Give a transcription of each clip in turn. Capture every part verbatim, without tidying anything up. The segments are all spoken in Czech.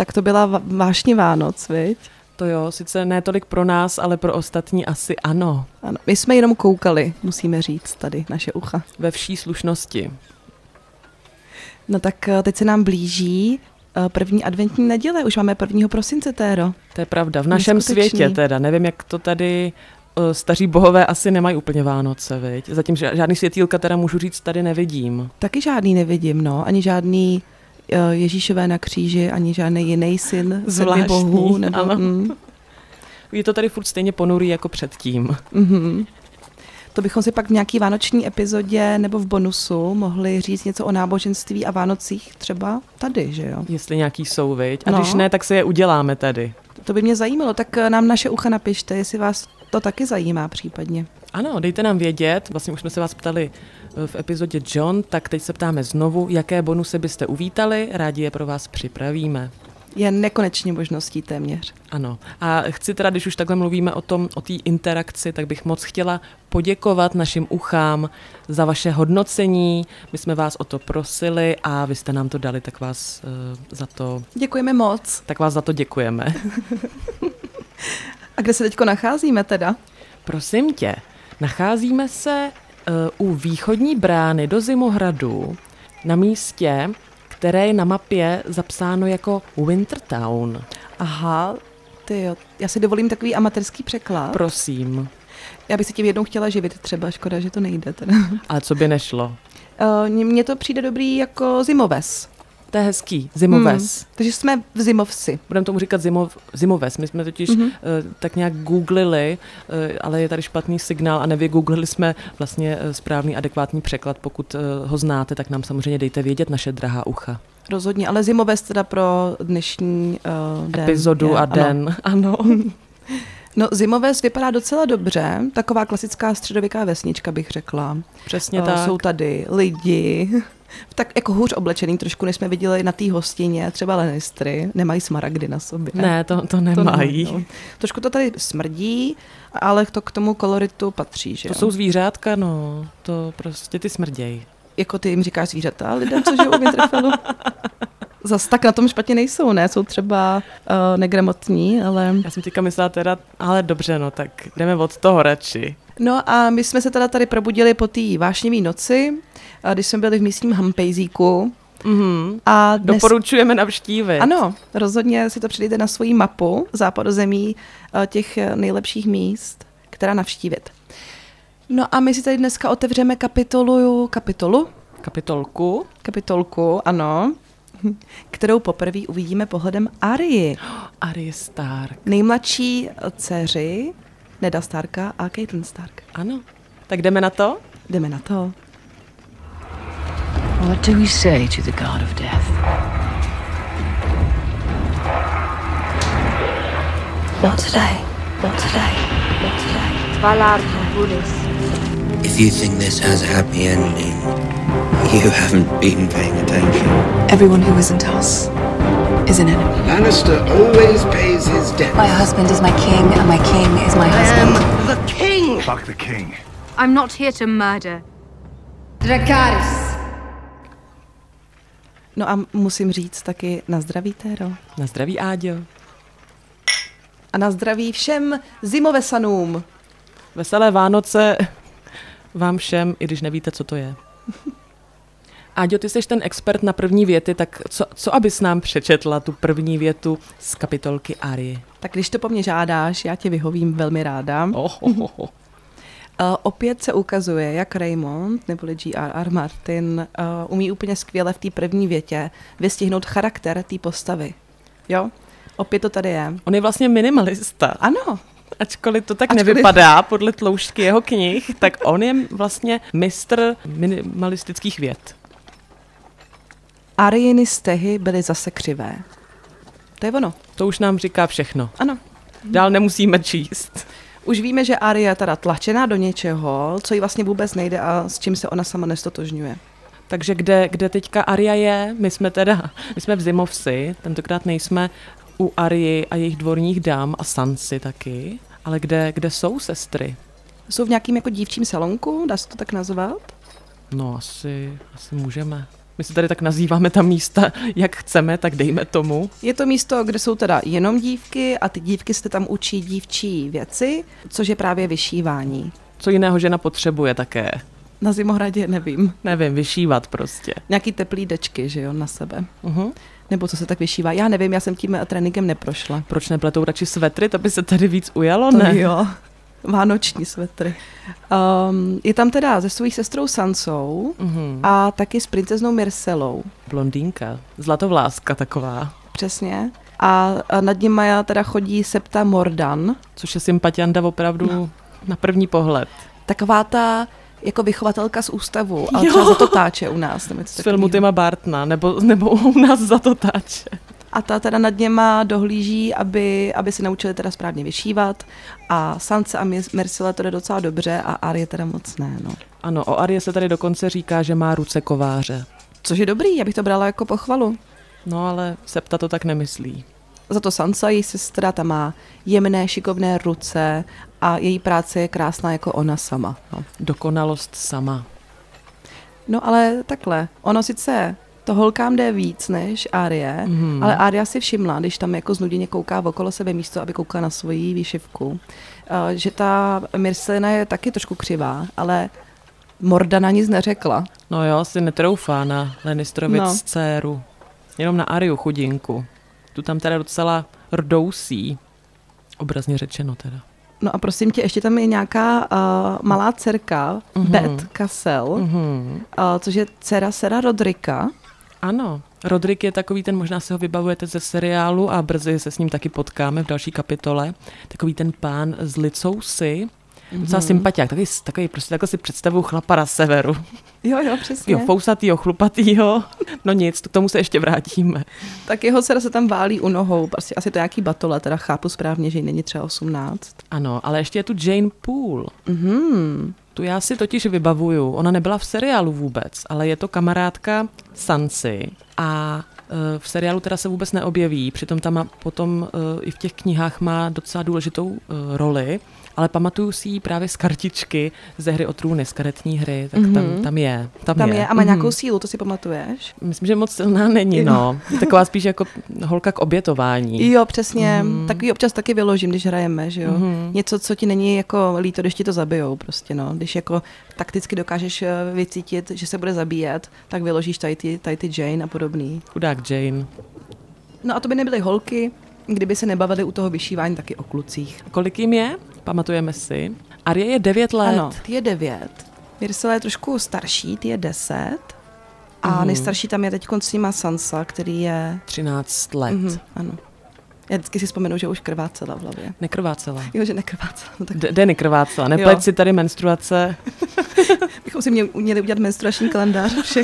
Tak to byla va- vášní Vánoc, viď? To jo, sice ne tolik pro nás, ale pro ostatní asi ano. Ano, my jsme jenom koukali, musíme říct tady, naše ucha. Ve vší slušnosti. No tak teď se nám blíží první adventní neděle, už máme prvního prosince, Téro. To je pravda, v našem Neskutečný. světě teda, nevím, jak to tady uh, staří bohové asi nemají úplně Vánoce, viď? Zatím žádný světýlka teda můžu říct tady nevidím. Taky žádný nevidím, no, ani žádný uh, Ježíšové na kříži, ani žádný jiný syn, sedmi bohů. Nebo, ano. Mm. Je to tady furt stejně ponurý jako předtím. Mm-hmm. To bychom si pak v nějaký vánoční epizodě nebo v bonusu mohli říct něco o náboženství a Vánocích třeba tady, že jo? Jestli nějaký jsou, viď? A No. když ne, tak se je uděláme tady. To by mě zajímalo, tak nám naše ucha napište, jestli vás to taky zajímá případně. Ano, dejte nám vědět, vlastně už jsme se vás ptali v epizodě John, tak teď se ptáme znovu, jaké bonusy byste uvítali, rádi je pro vás připravíme. Je nekonečně možností téměř. Ano. A chci teda, když už takhle mluvíme o tom, o té interakci, tak bych moc chtěla poděkovat našim uchám za vaše hodnocení. My jsme vás o to prosili a vy jste nám to dali, tak vás uh, za to... Děkujeme moc. Tak vás za to děkujeme. A kde se teďko nacházíme teda? Prosím tě, nacházíme se uh, u východní brány do Zimohradu na místě, které je na mapě zapsáno jako Wintertown. Aha, ty jo. Já si dovolím takový amatérský překlad. Prosím. Já bych se tím jednou chtěla živit třeba, škoda, že to nejde teda. Ale co by nešlo? Uh, Mně to přijde dobrý jako zimoves. To je hezký, zimoves. Hmm, takže jsme v zimovsi. Budeme tomu říkat zimov, zimoves. My jsme totiž mm-hmm. uh, tak nějak googlili, uh, ale je tady špatný signál a nevygooglili jsme vlastně uh, správný adekvátní překlad. Pokud uh, ho znáte, tak nám samozřejmě dejte vědět, naše drahá ucha. Rozhodně, ale zimoves teda pro dnešní uh, den. Epizodu je, a den, ano. ano. No, Zimoves vypadá docela dobře, taková klasická středověká vesnička, bych řekla. Přesně uh, tak. Jsou tady lidi, tak jako hůř oblečený trošku, než jsme viděli na té hostině, třeba Lannistry, nemají smaragdy na sobě. Ne, to, to nemají. To, no. Trošku to tady smrdí, ale to k tomu koloritu patří, že To jo? jsou zvířátka, no, to prostě ty smrděj. Jako ty jim říkáš zvířata lidem, co žijou u Winterfellu? Zas tak na tom špatně nejsou, ne? Jsou třeba uh, negramotní, ale... Já jsem teďka myslela teda, ale dobře, no, tak jdeme od toho radši. No a my jsme se teda tady probudili po té vášnivé noci, když jsme byli v místním Hampejzíku. Mm-hmm. A dnes... Doporučujeme navštívit. Ano, rozhodně si to přidejte na svoji mapu západozemí těch nejlepších míst, která navštívit. No a my si tady dneska otevřeme kapitolu, kapitolu? Kapitolku. Kapitolku, ano, kterou poprvé uvidíme pohledem Aryi. Arya Stark. Nejmladší dceři Neda Starka a Catelyn Stark. Ano, tak jdeme na to? Jdeme na to. What do we say to the god of death? Not today. Not today. Not today. Valar Morghulis. If you think this has a happy ending, you haven't been paying attention. Everyone who isn't us is an enemy. Lannister always pays his debts. My husband is my king, and my king is my husband. I am the king! Fuck the king. I'm not here to murder. Dracarys. No a musím říct taky na zdraví, Téro. Na zdraví, Áďo. A na zdraví všem zimovesanům. Veselé Vánoce vám všem, i když nevíte, co to je. Áďo, ty jsi ten expert na první věty, tak co, co abys nám přečetla tu první větu z kapitolky Aryi? Tak když to po mně žádáš, já tě vyhovím velmi ráda. Oh, oh, oh, oh. Uh, opět se ukazuje, jak Raymond neboli G R R. Martin uh, umí úplně skvěle v té první větě vystihnout charakter té postavy. Jo? Opět to tady je. On je vlastně minimalista. Ano. Ačkoliv to tak Ačkoliv... nevypadá podle tloušťky jeho knih, tak on je vlastně mistr minimalistických vět. Aryiny stehy byly zase křivé. To je ono. To už nám říká všechno. Ano. Dál nemusíme číst. Už víme, že Arya je teda tlačená do něčeho, co jí vlastně vůbec nejde a s čím se ona sama nestotožňuje. Takže kde, kde teďka Arya je? My jsme teda, my jsme v Zimovsi, tentokrát nejsme u Aryi a jejich dvorních dám a Sansy taky, ale kde, kde jsou sestry? Jsou v nějakým jako dívčím salonku, dá se to tak nazvat? No asi, asi můžeme. My si tady tak nazýváme ta místa, jak chceme, tak dejme tomu. Je to místo, kde jsou teda jenom dívky a ty dívky se tam učí dívčí věci, což je právě vyšívání. Co jiného žena potřebuje také? Na Zimohradě nevím. Nevím, vyšívat prostě. Nějaký teplý dečky, že jo, na sebe. Uh-huh. Nebo co se tak vyšívá. Já nevím, já jsem tím tréninkem neprošla. Proč nepletou radši svetry, to by se tady víc ujalo, to ne? Jo, vánoční svetry. Um, je tam teda se svojí sestrou Sansou uh-huh. a taky s princeznou Myrcelou. Blondýnka, zlatovláska taková. Přesně. A, a nad nimi teda chodí Septa Mordan. Což je sympatianda opravdu no. na první pohled. Taková ta jako vychovatelka z ústavu, ale třeba za to táče u nás. Z filmu Tima Bartona, nebo, nebo u nás za to táče. A ta teda nad něma dohlíží, aby, aby se naučili teda správně vyšívat. A Sansa a Myrcella to jde docela dobře a Arya teda moc ne. No. Ano, o Arye se tady dokonce říká, že má ruce kováře. Což je dobrý, já bych to brala jako pochvalu. No ale Septa to tak nemyslí. Za to Sansa, její sestra, ta má jemné, šikovné ruce a její práce je krásná jako ona sama. No. Dokonalost sama. No ale takhle, ono sice to holkám jde víc než Arye, mm. ale Arya si všimla, když tam jako znuděně kouká okolo sebe místo, aby koukala na svoji výšivku, že ta Myrcella je taky trošku křivá, ale Mordana nic neřekla. No jo, si netroufá na Lannisterovic no. dceru. Jenom na Aryu chudinku. Tu tam teda docela rdousí. Obrazně řečeno teda. No a prosím tě, ještě tam je nějaká uh, malá dcerka, mm-hmm. Beth Cassel, mm-hmm. uh, což je dcera Sera Rodrika. Ano, Rodrik je takový ten, možná si ho vybavujete ze seriálu a brzy se s ním taky potkáme v další kapitole. Takový ten pán s licousy, docela mm-hmm. sympatiák, takový, takový prostě takhle si představuju chlapa na severu. Jo, jo, přesně. Jo, fousatýho, chlupatýho, no nic, k tomu se ještě vrátíme. Tak jeho dcera se tam válí u nohou, prostě asi to je nějaký batole, teda chápu správně, že jí není třeba osmnáct. Ano, ale ještě je tu Jane Poole. Mhm. Tu já si totiž vybavuju, ona nebyla v seriálu vůbec, ale je to kamarádka Sansy a v seriálu teda se vůbec neobjeví, přitom tam má potom i v těch knihách má docela důležitou roli, ale pamatuju si ji právě z kartičky ze Hry o trůny, z karetní hry, tak mm-hmm. tam, tam je. Tam, tam je. je a má mm-hmm. nějakou sílu, to si pamatuješ? Myslím, že moc silná není, no. Je taková spíš jako holka k obětování. Jo, přesně. Mm-hmm. Takový občas taky vyložím, když hrajeme, že jo. Mm-hmm. Něco, co ti není jako líto, když ti to zabijou prostě, no. Když jako takticky dokážeš vycítit, že se bude zabíjet, tak vyložíš tady ty, tady ty Jane a podobný. Chudák Jane. No a to by nebyly holky, kdyby se nebavili u toho vyšívání taky o klucích. Kolik jim je? Pamatujeme si. Arye je devět let. Ano, ty je devět. Myrcella je trošku starší, ty je deset. A mm. nejstarší tam je teď s nima Sansa, který je... třináct let. Mm, ano. Já vždycky si vzpomenu, že už krvácela v hlavě. Nekrvácela. Jo, že nekrvácela. No tak... D- Denny krvácela. Nepleť si tady menstruace. Bychom si měli, měli udělat menstruační kalendář všech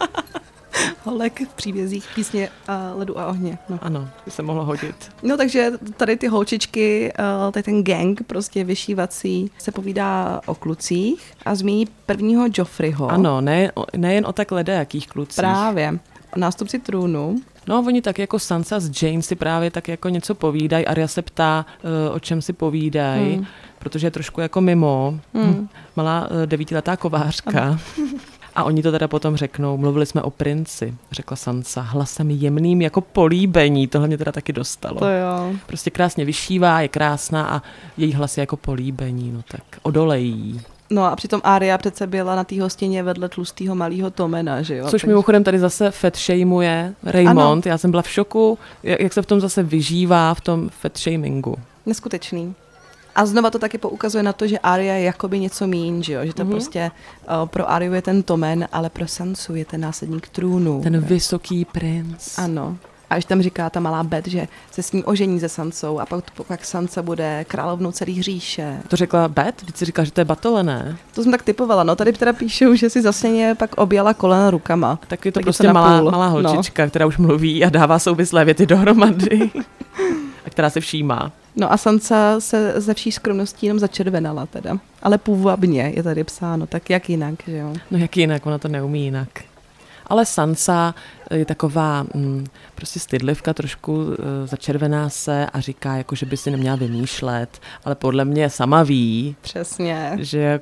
holek v příbězích písně a Ledu a ohně. No. Ano, by se mohlo hodit. No takže tady ty holčičky, tady ten gang prostě vyšívací se povídá o klucích a zmíní prvního Joffreyho. Ano, ne, nejen o tak ledajakých klucích. Právě. Nástupci trůnu. No, oni tak jako Sansa s Jane si právě tak jako něco povídají. Arya se ptá, o čem si povídají, hmm. protože je trošku jako mimo. Hmm. Malá devítiletá kovářka. Ano. A oni to teda potom řeknou, mluvili jsme o princi, řekla Sansa, hlasem jemným jako políbení, tohle mě teda taky dostalo. To jo. Prostě krásně vyšívá, je krásná a její hlas je jako políbení, no tak odolejí. No a přitom Arya přece byla na té hostině vedle tlustého malého Tomena, že jo? Což takže... mimochodem tady zase fat shameuje Raymond, ano. Já jsem byla v šoku, jak se v tom zase vyžívá v tom fat shamingu. Neskutečný. A znova to taky poukazuje na to, že Arya je jakoby něco míň, že jo? Že to mm-hmm. prostě uh, pro Aryu je ten Tommen, ale pro Sansu je ten následník trůnu. Ten vysoký princ. Ano. A už tam říká ta malá Beth, že se s ní ožení se Sansou a pak, pak Sansa bude královnou celý říše. To řekla Beth? Vždyť si říkala, že to je batole, ne? To jsem tak typovala. No tady teda píšou, že si zase pak objala kolena rukama. Tak je to tak prostě je to malá, malá holčička, no. která už mluví a dává souvislé věty dohromady. A která se všímá. No a Sansa se ze vší skromností jenom začervenala teda. Ale půvabně je tady psáno, tak jak jinak, že jo? No jak jinak, ona to neumí jinak. Ale Sansa je taková mm, prostě stydlivka, trošku uh, začervená se a říká, jako, že by si neměla vymýšlet, ale podle mě sama ví, přesně, že jako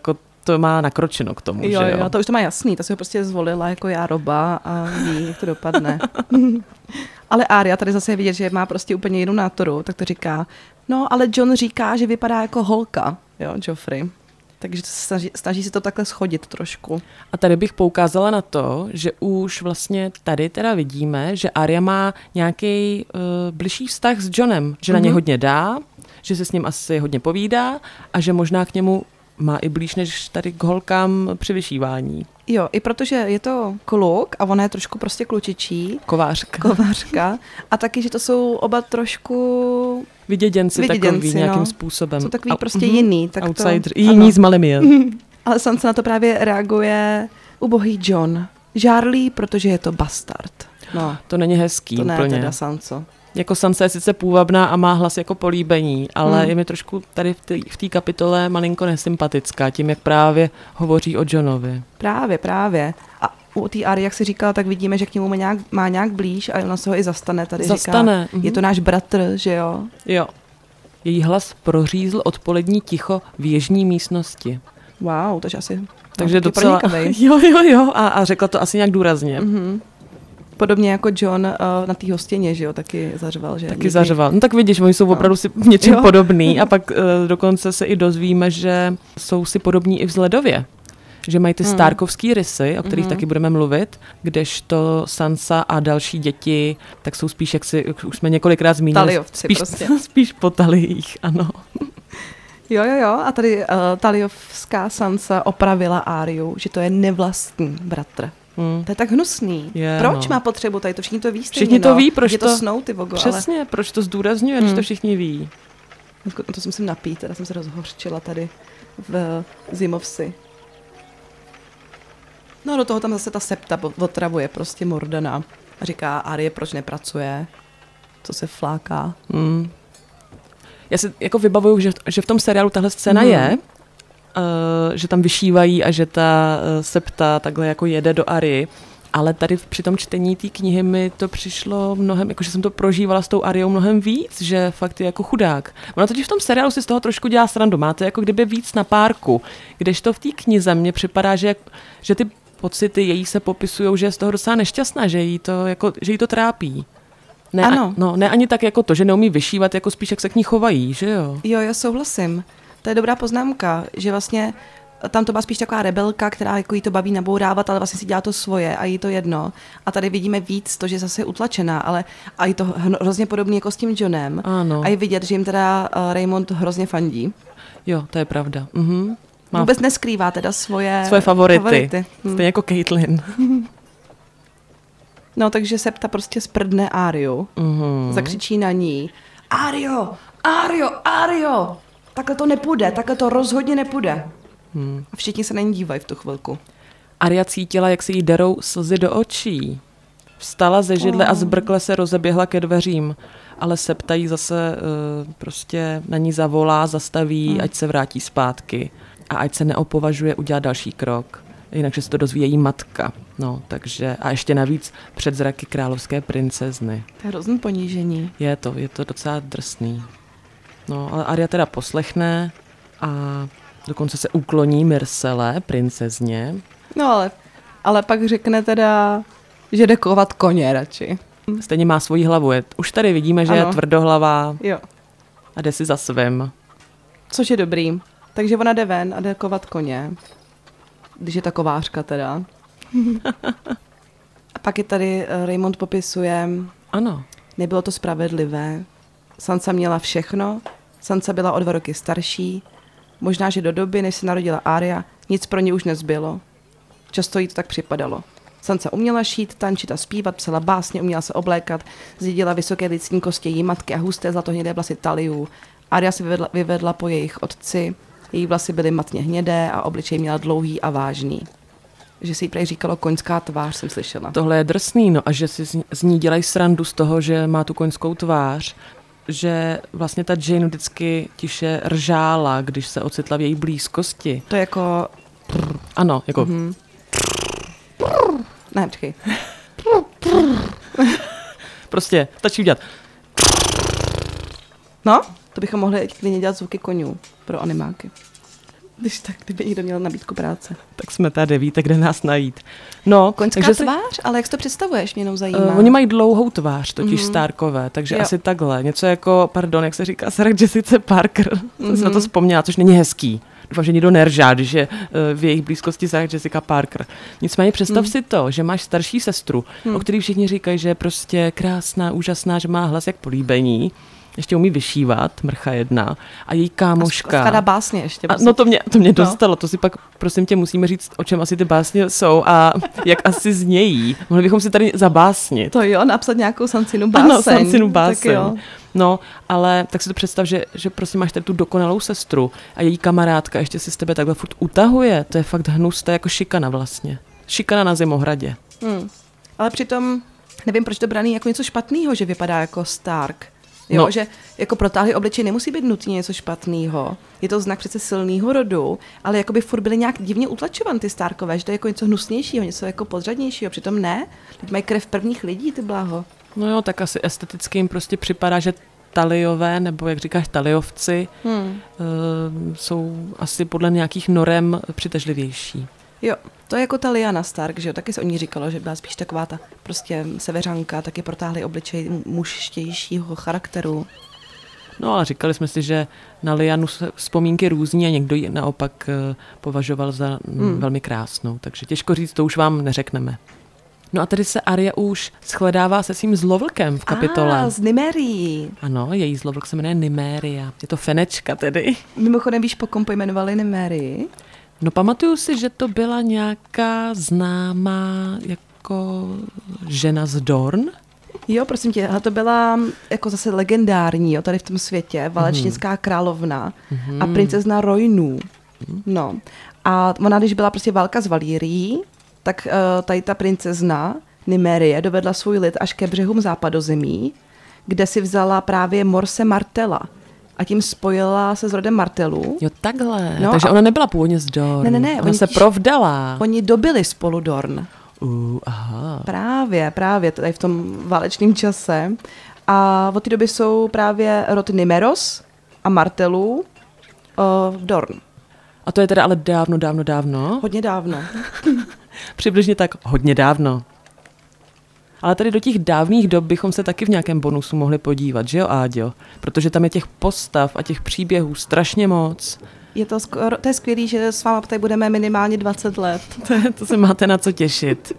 to má nakročeno k tomu, jo, že jo? Jo, to už to má jasný, ta si ho prostě zvolila jako Jároba a ví, jak to dopadne. Ale Arya tady zase je vidět, že má prostě úplně jinou nátoru, tak to říká, no ale Jon říká, že vypadá jako holka, jo, Joffrey. Takže snaží, snaží se to takhle schodit trošku. A tady bych poukázala na to, že už vlastně tady teda vidíme, že Arya má nějaký uh, bližší vztah s Jonem, že mm-hmm. na ně hodně dá, že se s ním asi hodně povídá a že možná k němu má i blíž než tady k holkám při vyšívání. Jo, i protože je to kluk a ona je trošku prostě klučičí. Kovářka. Kovářka. A taky, že to jsou oba trošku... Vyděděnci, Vyděděnci takový nějakým no. způsobem. Jsou takový A, prostě mm, jiný. Tak outsider. to, Jiní z Malimie. Ale Sansa na to právě reaguje ubohý Jon. Žárlí, protože je to bastard. No, to není hezký to ne, úplně. teda Sanso. Jako Sansa je sice půvabná a má hlas jako políbení, ale hmm. je mi trošku tady v té kapitole malinko nesympatická, tím, jak právě hovoří o Jonovi. Právě, právě. A u té Arya, jak si říkala, tak vidíme, že k němu má nějak, má nějak blíž a ona se ho i zastane. Tady zastane. Říká, je to náš bratr, že jo? Jo. Její hlas prořízl odpolední ticho v jižní místnosti. Wow, takže asi... Takže docela... Jo, jo, jo. A, a řekla to asi nějak důrazně. Mm-hmm. Podobně jako Jon uh, na té hostěně, že jo, taky zařval. Že taky díky. zařval. No tak vidíš, oni jsou opravdu no. si v něčem podobný a pak uh, dokonce se i dozvíme, že jsou si podobní i vzhledově. Že mají ty mm. Starkovský rysy, o kterých mm. taky budeme mluvit, kdežto Sansa a další děti, tak jsou spíš, jak, si, jak už jsme několikrát zmínili, Taliovci spíš, prostě. spíš po taliích, ano. Jo, jo, jo. A tady uh, taliovská Sansa opravila Aryu, že to je nevlastní bratr. Hmm. To je tak hnusný. Je, proč no. má potřebu tady? To všichni to ví stejně, Všichni to no. ví, proč je to... to snou, ty vogo, Přesně, ale... proč to zdůrazňuje, hmm. že to všichni ví. To si musím napít, teda jsem se rozhořčila tady v zimovsi. No do toho tam zase ta septa otravuje prostě Mordana. A říká, Arye, proč nepracuje? Co se fláká? Hmm. Já si jako vybavuju, že, že v tom seriálu tahle scéna hmm. je, Uh, že tam vyšívají a že ta uh, septa takhle jako jede do Aryi, ale tady při tom čtení té knihy mi to přišlo mnohem, jakože jsem to prožívala s tou Aryou mnohem víc, že fakt je jako chudák. Ona totiž v tom seriálu si z toho trošku dělá srandu, máte jako kdyby víc na párku, kdežto v té knize mně připadá, že, jak, že ty pocity její se popisují, že je z toho docela nešťastná, že jí to, jako, že jí to trápí. Ne, ano. A, no, ne ani tak jako to, že neumí vyšívat, jako spíš jak se k ní chovají, že jo? Jo, já souhlasím. To je dobrá poznámka, že vlastně tam to byla spíš taková rebelka, která jako jí to baví nabourávat, ale vlastně si dělá to svoje a jí to jedno. A tady vidíme víc to, že zase je utlačená, ale a je to hrozně podobný jako s tím Jonem. Ano. A je vidět, že jim teda uh, Raymond hrozně fandí. Jo, to je pravda. Mhm. Má vůbec neskrývá teda svoje, svoje favority. favority. Hm. Stejně jako Caitlyn. No, takže Septa prostě sprdne Aryu, mm-hmm. zakřičí na ní. Aryo, Aryo, Aryo! Takhle to nepůjde, takhle to rozhodně nepůjde. Hmm. A všichni se na ní dívají v tu chvilku. Arya cítila, jak se jí derou slzy do očí. Vstala ze židle oh. a zbrkle se rozeběhla ke dveřím. Ale Septa jí zase uh, prostě na ní zavolá, zastaví, hmm. ať se vrátí zpátky. A ať se neopovažuje udělat další krok. Jinak, že se to dozví její matka. No, takže, a ještě navíc před zraky královské princezny. To je hrozný ponížení. Je to, je to docela drsný. No, ale Arya teda poslechne a dokonce se ukloní Myrcelle, princezně. No ale, ale pak řekne teda, že jde kovat koně radši. Stejně má svoji hlavu. Je, už tady vidíme, že ano. je tvrdohlavá jo. a jde si za svým. Což je dobrý. Takže ona jde ven a jde kovat koně. Když je ta kovářka teda. A pak je tady Raymond popisuje. Ano. Nebylo to spravedlivé. Sansa měla všechno. Sansa byla o dva roky starší. Možná, že do doby, než se narodila Arya, nic pro ně už nezbylo. Často jí to tak připadalo. Sansa uměla šít, tančit a zpívat, psala básně, uměla se oblékat, zdědila vysoké licní kosti její matky a husté zlatohnědé vlasy Taliů. Arya se vyvedla, vyvedla po jejich otci. Její vlasy byly matně hnědé a obličej měla dlouhý a vážný. Že si jí prej říkalo koňská tvář, jsem slyšela. Tohle je drsný, no a že si z ní dělají srandu z toho, že má tu koňskou tvář, že vlastně ta Jane vždycky tiše ržála, když se ocitla v její blízkosti. To je jako... Prr, ano, jako... Mm-hmm. Ne, počkej. Prostě, stačí udělat. No, to bychom mohli klidně dělat zvuky konňů pro animáky. Když tak, kdyby někdo měl nabídku práce. Tak jsme tady, víte, kde nás najít. No, Koňská takže tvář, si, ale jak to představuješ, mě jenom zajímá. Uh, oni mají dlouhou tvář, totiž mm-hmm. Starkové, takže jo. asi takhle. Něco jako, pardon, jak se říká, Sarah Jessica Parker. Mm-hmm. Jsem si na to vzpomněla, což není hezký. Doufám, že nikdo neržá, když je uh, v jejich blízkosti Sarah Jessica Parker. Nicméně představ mm. si to, že máš starší sestru, mm. o který všichni říkají, že je prostě krásná, úžasná, že má hlas jak políbení. Ještě umí vyšívat, mrcha jedna, a její kámoška. A skládá básně ještě. A no to mě, to mě dostalo, no. To si pak, prosím tě, musíme říct, o čem asi ty básně jsou a jak asi znějí. Mohli bychom si tady zabásnit. To jo, napsat nějakou Sansinu báseň. Ano, Sansinu báseň. No, ale tak si to představ, že, že prostě máš tady tu dokonalou sestru a její kamarádka ještě si z tebe takhle furt utahuje. To je fakt hnusté, jako šikana vlastně. Šikana na Zimohradě. Hmm. Ale přitom, nevím, proč to braný jako něco špatného, že vypadá jako Stark. Jo, no. Že jako protáhlý obličej nemusí být nutně něco špatného. Je to znak přece silného rodu, ale jako by furt byly nějak divně utlačovaný ty Starkové, že to je jako něco hnusnějšího, něco jako podřadnějšího. Přitom ne, teď mají krev prvních lidí, ty bláho. No jo, tak asi esteticky jim prostě připadá, že Taliové, nebo jak říkáš, Taliovci, hmm. uh, jsou asi podle nějakých norem přitažlivější. Jo, to je jako ta Lyanna Stark, že jo, taky se o ní říkalo, že byla spíš taková ta prostě seveřanka, taky protáhlý obličej mužštějšího charakteru. No ale říkali jsme si, že na Lyannu vzpomínky různí a někdo ji naopak uh, považoval za mm. velmi krásnou, takže těžko říct, to už vám neřekneme. No a tady se Arya už shledává se svým zlovlkem v kapitole. Ah, z Nymerii. Ano, její zlovlk se jmenuje Nymeria. Je to fenečka tedy. Mimochodem víš, po kom pojmenovali Nymerii? No pamatuju si, že to byla nějaká známá jako žena z Dorn. Jo, prosím tě, to byla jako zase legendární, jo, tady v tom světě, valečnická královna mm-hmm. a princezna Rhoynů. No. A ona, když byla prostě válka s Valírií, tak uh, tady ta princezna Nymerie dovedla svůj lid až ke břehům západozemí, kde si vzala právě Morse Martela. A tím spojila se s rodem Martelů. Jo, takhle. No, takže ona nebyla původně z Dorn. Ne, ne, ne. Ona oni se provdala. Oni dobili spolu Dorn. Uh, aha. Právě, právě, tady v tom válečném čase. A od té doby jsou právě rod Nymeros a Martelů uh, v Dorn. A to je teda ale dávno, dávno, dávno? Hodně dávno. Přibližně tak hodně dávno. Ale tady do těch dávných dob bychom se taky v nějakém bonusu mohli podívat, že jo, Áďo? Protože tam je těch postav a těch příběhů strašně moc. Je to, skoro, to je skvělý, že s váma tady budeme minimálně dvacet let. To, je, to se máte na co těšit.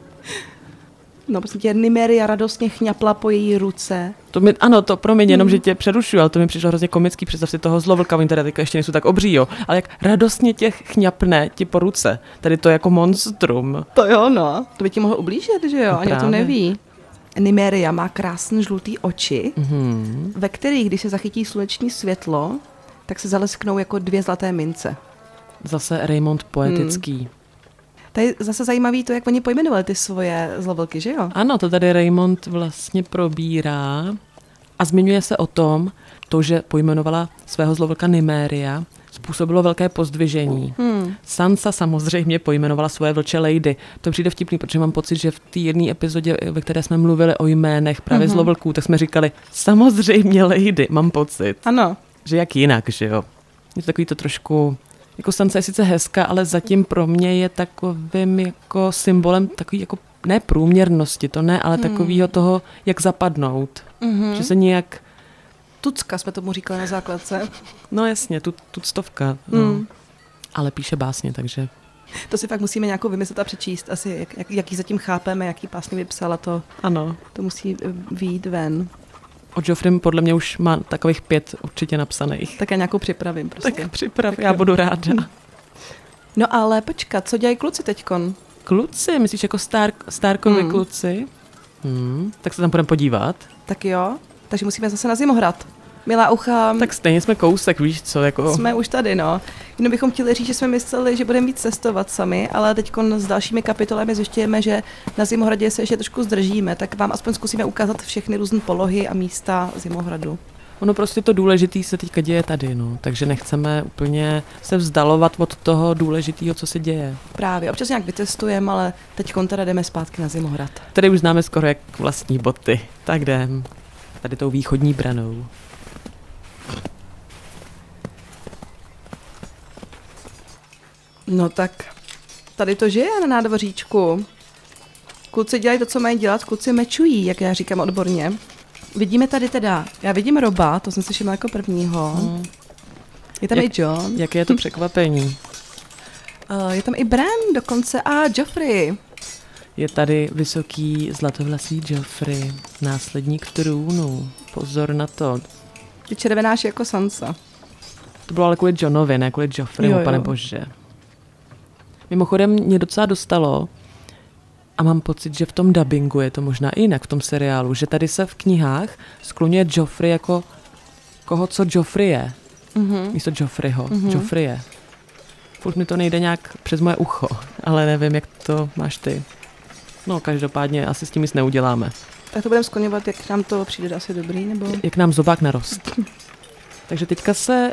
No, prostě tě Nymeria radostně chňapla po její ruce. To mi, ano, to promiň, jenom, mm. že tě přerušuju, ale to mi přišlo hrozně komický, představ si toho zlovlka, oni tady ještě nejsou tak obří, jo, ale jak radostně tě chňapne ti po ruce. Tady to je jako monstrum. To jo, no. To by ti mohlo ublížit, že jo, no, ani o tom neví. Nymeria má krásné žlutý oči, mm-hmm. ve kterých, když se zachytí sluneční světlo, tak se zalesknou jako dvě zlaté mince. Zase Raymond poetický. Mm. To je zase zajímavý to, jak oni pojmenovali ty svoje zlovlky, že jo? Ano, to tady Raymond vlastně probírá a zmiňuje se o tom, to, že pojmenovala svého zlovlka Nymeria, způsobilo velké pozdvižení. Hmm. Sansa samozřejmě pojmenovala svoje vlče lady. To přijde vtipný, protože mám pocit, že v té jedné epizodě, ve které jsme mluvili o jménech právě mm-hmm. zlovlků, tak jsme říkali samozřejmě lady, mám pocit. Ano. Že jak jinak, že jo. Je to takový to trošku, jako Sansa je sice hezká, ale zatím pro mě je takovým jako symbolem takový jako ne průměrnosti, to ne, ale hmm. takovýho toho, jak zapadnout. Mm-hmm. Že se nějak Tucka jsme tomu říkali na základce. No jasně, tu, tuctovka. No. Mm. Ale píše básně, takže... To si fakt musíme nějakou vymyslet a přečíst. Asi jak, jak, jaký zatím chápeme, jaký básně vypsala, to, ano. To musí vyjít ven. O Joffrey podle mě už má takových pět určitě napsaných. Tak já nějakou připravím prostě. Tak připrav, tak já budu ráda. No ale počkat, co dělají kluci teďkon? Kluci? Myslíš jako Stark, Starkovi hmm. kluci? Hmm. Tak se tam půjdeme podívat. Tak jo, takže musíme zase na Zimohrad. Milá ucha. Tak stejně jsme kousek, víš co, jako... Jsme už tady, no. Jenom bychom chtěli říct, že jsme mysleli, že budeme víc cestovat sami, ale teď s dalšími kapitolemi zjišťujeme, že na Zimohradě se ještě trošku zdržíme, tak vám aspoň zkusíme ukázat všechny různé polohy a místa Zimohradu. Ono prostě to důležité se teďka děje tady, no. Takže nechceme úplně se vzdalovat od toho důležitého, co se děje. Právě, občas nějak vytestujeme, ale teď teda jdeme zpátky na Zimohrad. Tady už známe skoro jak vlastní boty. Tak jdem. Tady tou východní branou. No tak tady to žije na nádvoříčku. Kluci dělají to, co mají dělat, kluci mečují, jak já říkám odborně. Vidíme tady teda, já vidím Roba, to jsem si všimla jako prvního. Hmm. Je tam jak, i John. Jaké je to překvapení? Uh, je tam i Bran dokonce a Joffrey. Je tady vysoký zlatovlasý Joffrey, následník trůnu. Pozor na to. Ty červenáš jako Sansa. To bylo ale kvůli Johnovi, ne kvůli Joffreymu, pane bože. Mimochodem mě docela dostalo, a mám pocit, že v tom dabingu je to možná i jinak v tom seriálu, že tady se v knihách skloňuje Joffrey jako koho, co Joffrey je. Mm-hmm. Místo Joffreyho. Mm-hmm. Joffrey je. Furt mi to nejde nějak přes moje ucho, ale nevím, jak to máš ty. No, každopádně asi s tím nic neuděláme. Tak to budeme skloňovat, jak nám to přijde asi dobrý, nebo? Jak nám zobák narost. Takže teďka se...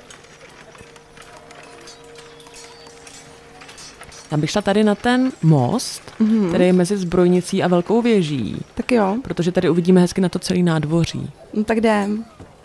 Já bych šla tady na ten most, mm-hmm. který je mezi zbrojnicí a velkou věží. Tak jo. Protože tady uvidíme hezky na to celý nádvoří. No tak jdem.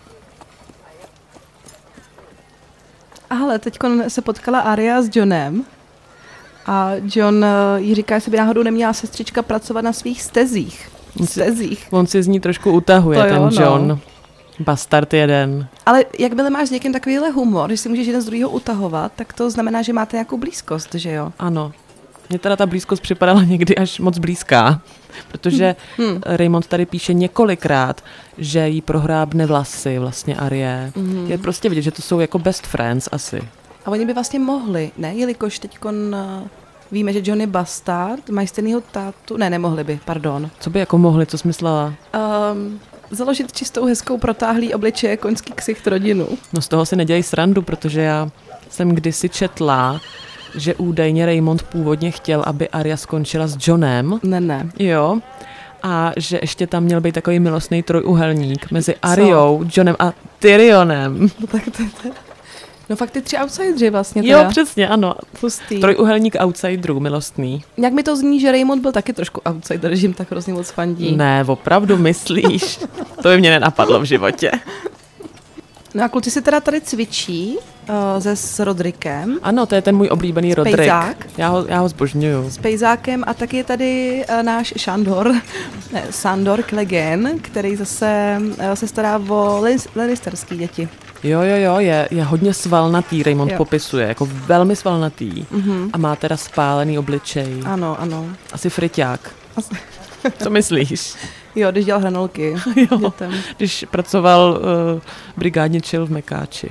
A hele, teď se potkala Arya s Johnem. A John jí říká, jestli by náhodou neměla sestřička pracovat na svých stezích. Stezích. On si z ní trošku utahuje, to ten jo, John. No. Bastard jeden. Ale jakmile máš s někým takovýhle humor, že si můžeš jeden z druhého utahovat, tak to znamená, že máte nějakou blízkost, že jo? Ano. Mně teda ta blízkost připadala někdy až moc blízká, protože hmm. Raymond tady píše několikrát, že jí prohrábne vlasy vlastně Arye. Hmm. Je prostě vidět, že to jsou jako best friends asi. A oni by vlastně mohli, ne? Jelikož teďkon víme, že John je bastard, mají stejnýho tátu. Ne, nemohli by, pardon. Co by jako mohli, co jsi myslela? Um, založit čistou, hezkou, protáhlý obličeje, koňský ksicht rodinu. No z toho si nedělej srandu, protože já jsem kdysi četla, že údajně Raymond původně chtěl, aby Arya skončila s Johnem. Ne, ne. Jo. A že ještě tam měl být takový milostný trojuhelník mezi Aryou, Johnem a Tyrionem. No tak to je... No fakt ty tři outsideri vlastně teda. Jo, přesně, ano. Pustý. Trojuhelník outsiderů, milostný. Jak mi to zní, že Raymond byl taky trošku outsider, že jim tak hrozně moc fandí. Ne, opravdu myslíš? To by mě nenapadlo v životě. No a kluci si teda tady cvičí uh, se s Rodrikem. Ano, to je ten můj oblíbený Rodrik. Já ho, já ho zbožňuju. S Pejzákem a taky je tady uh, náš Šandor, ne, Sandor Clegane, který zase uh, se stará o Lannisterský děti. Jo, jo, jo, je, je hodně svalnatý, Raymond jo. popisuje, jako velmi svalnatý. Mm-hmm. A má teda spálený obličej. Ano, ano. Asi friťák. Asi. Co myslíš? Jo, když dělal hranolky. Jo, dětem. Když pracoval uh, brigádně chill v Mekáči.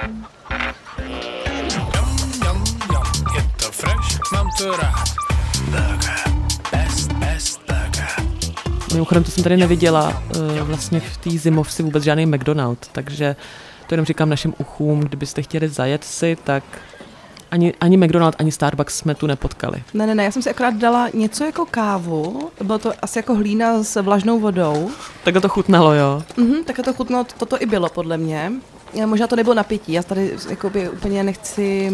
Je to fresh, mám to rád. Burger, best, best burger. Mimochodem, to jsem tady neviděla uh, vlastně v té zimovce vůbec žádný McDonald, takže to jenom říkám našim uchům, kdybyste chtěli zajet si, tak ani, ani McDonald, ani Starbucks jsme tu nepotkali. Ne, ne, ne, já jsem si akorát dala něco jako kávu, bylo to asi jako hlína s vlažnou vodou. Takhle to chutnalo, jo? Mhm, takhle to chutnalo, toto i bylo podle mě. Možná to nebylo napití, já tady jakoby úplně nechci...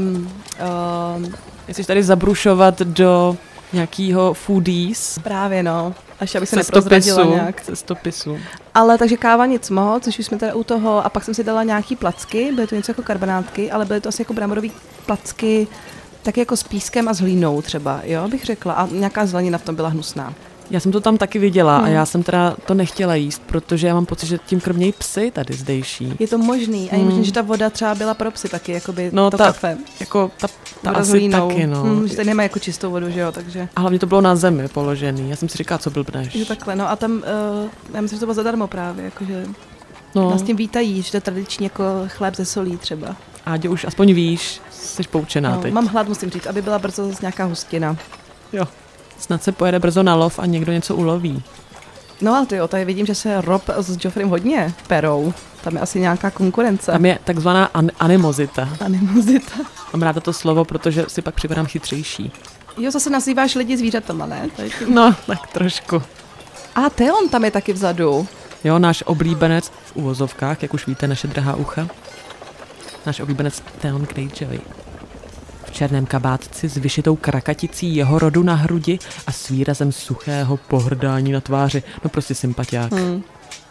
Uh, Chceš tady zabrušovat do nějakýho foodies? Právě, no. Až aby se neprozradila nějak. Cestopisu. Ale takže káva nic moc, což už jsme teda u toho. A pak jsem si dala nějaký placky, byly to něco jako karbonátky, ale byly to asi jako bramborový placky, taky jako s pískem a s hlínou třeba, jo, bych řekla. A nějaká zelenina v tom byla hnusná. Já jsem to tam taky viděla hmm. a já jsem teda to nechtěla jíst, protože já mám pocit, že tím krmějí psy tady zdejší. Je to možný a je hmm. možný, že ta voda třeba byla pro psy taky, jakoby no, to ta, kafe. Jako ta, ta asi taky, no. Hmm, že tady nemá jako čistou vodu, že jo, takže. A hlavně to bylo na zemi položený, já jsem si říkala, co blbneš. Jo, takhle, no a tam, uh, já myslím, že to bylo zadarmo právě, jakože no. Nás tím vítají, že to je tradiční jako chléb ze solí třeba. Ádě, už aspoň víš, jsi poučená no, teď. Mám hlad, musím říct, aby byla brzo nějaká hustina. Jo. Snad se pojede brzo na lov a někdo něco uloví. No ale ty jo, tady vidím, že se Rob s Joffreym hodně perou. Tam je asi nějaká konkurence. Tam je takzvaná an- animozita. Animozita. Mám ráda to slovo, protože si pak připadám chytřejší. Jo, zase nazýváš lidi zvířatama, ne? No, tak trošku. A Theon tam je taky vzadu. Jo, náš oblíbenec v uvozovkách, jak už víte, naše drahá ucha. Náš oblíbenec Theon Greyjoy. V černém kabátci s vyšitou krakaticí jeho rodu na hrudi a s výrazem suchého pohrdání na tváři. No prostě sympatiák. Hmm.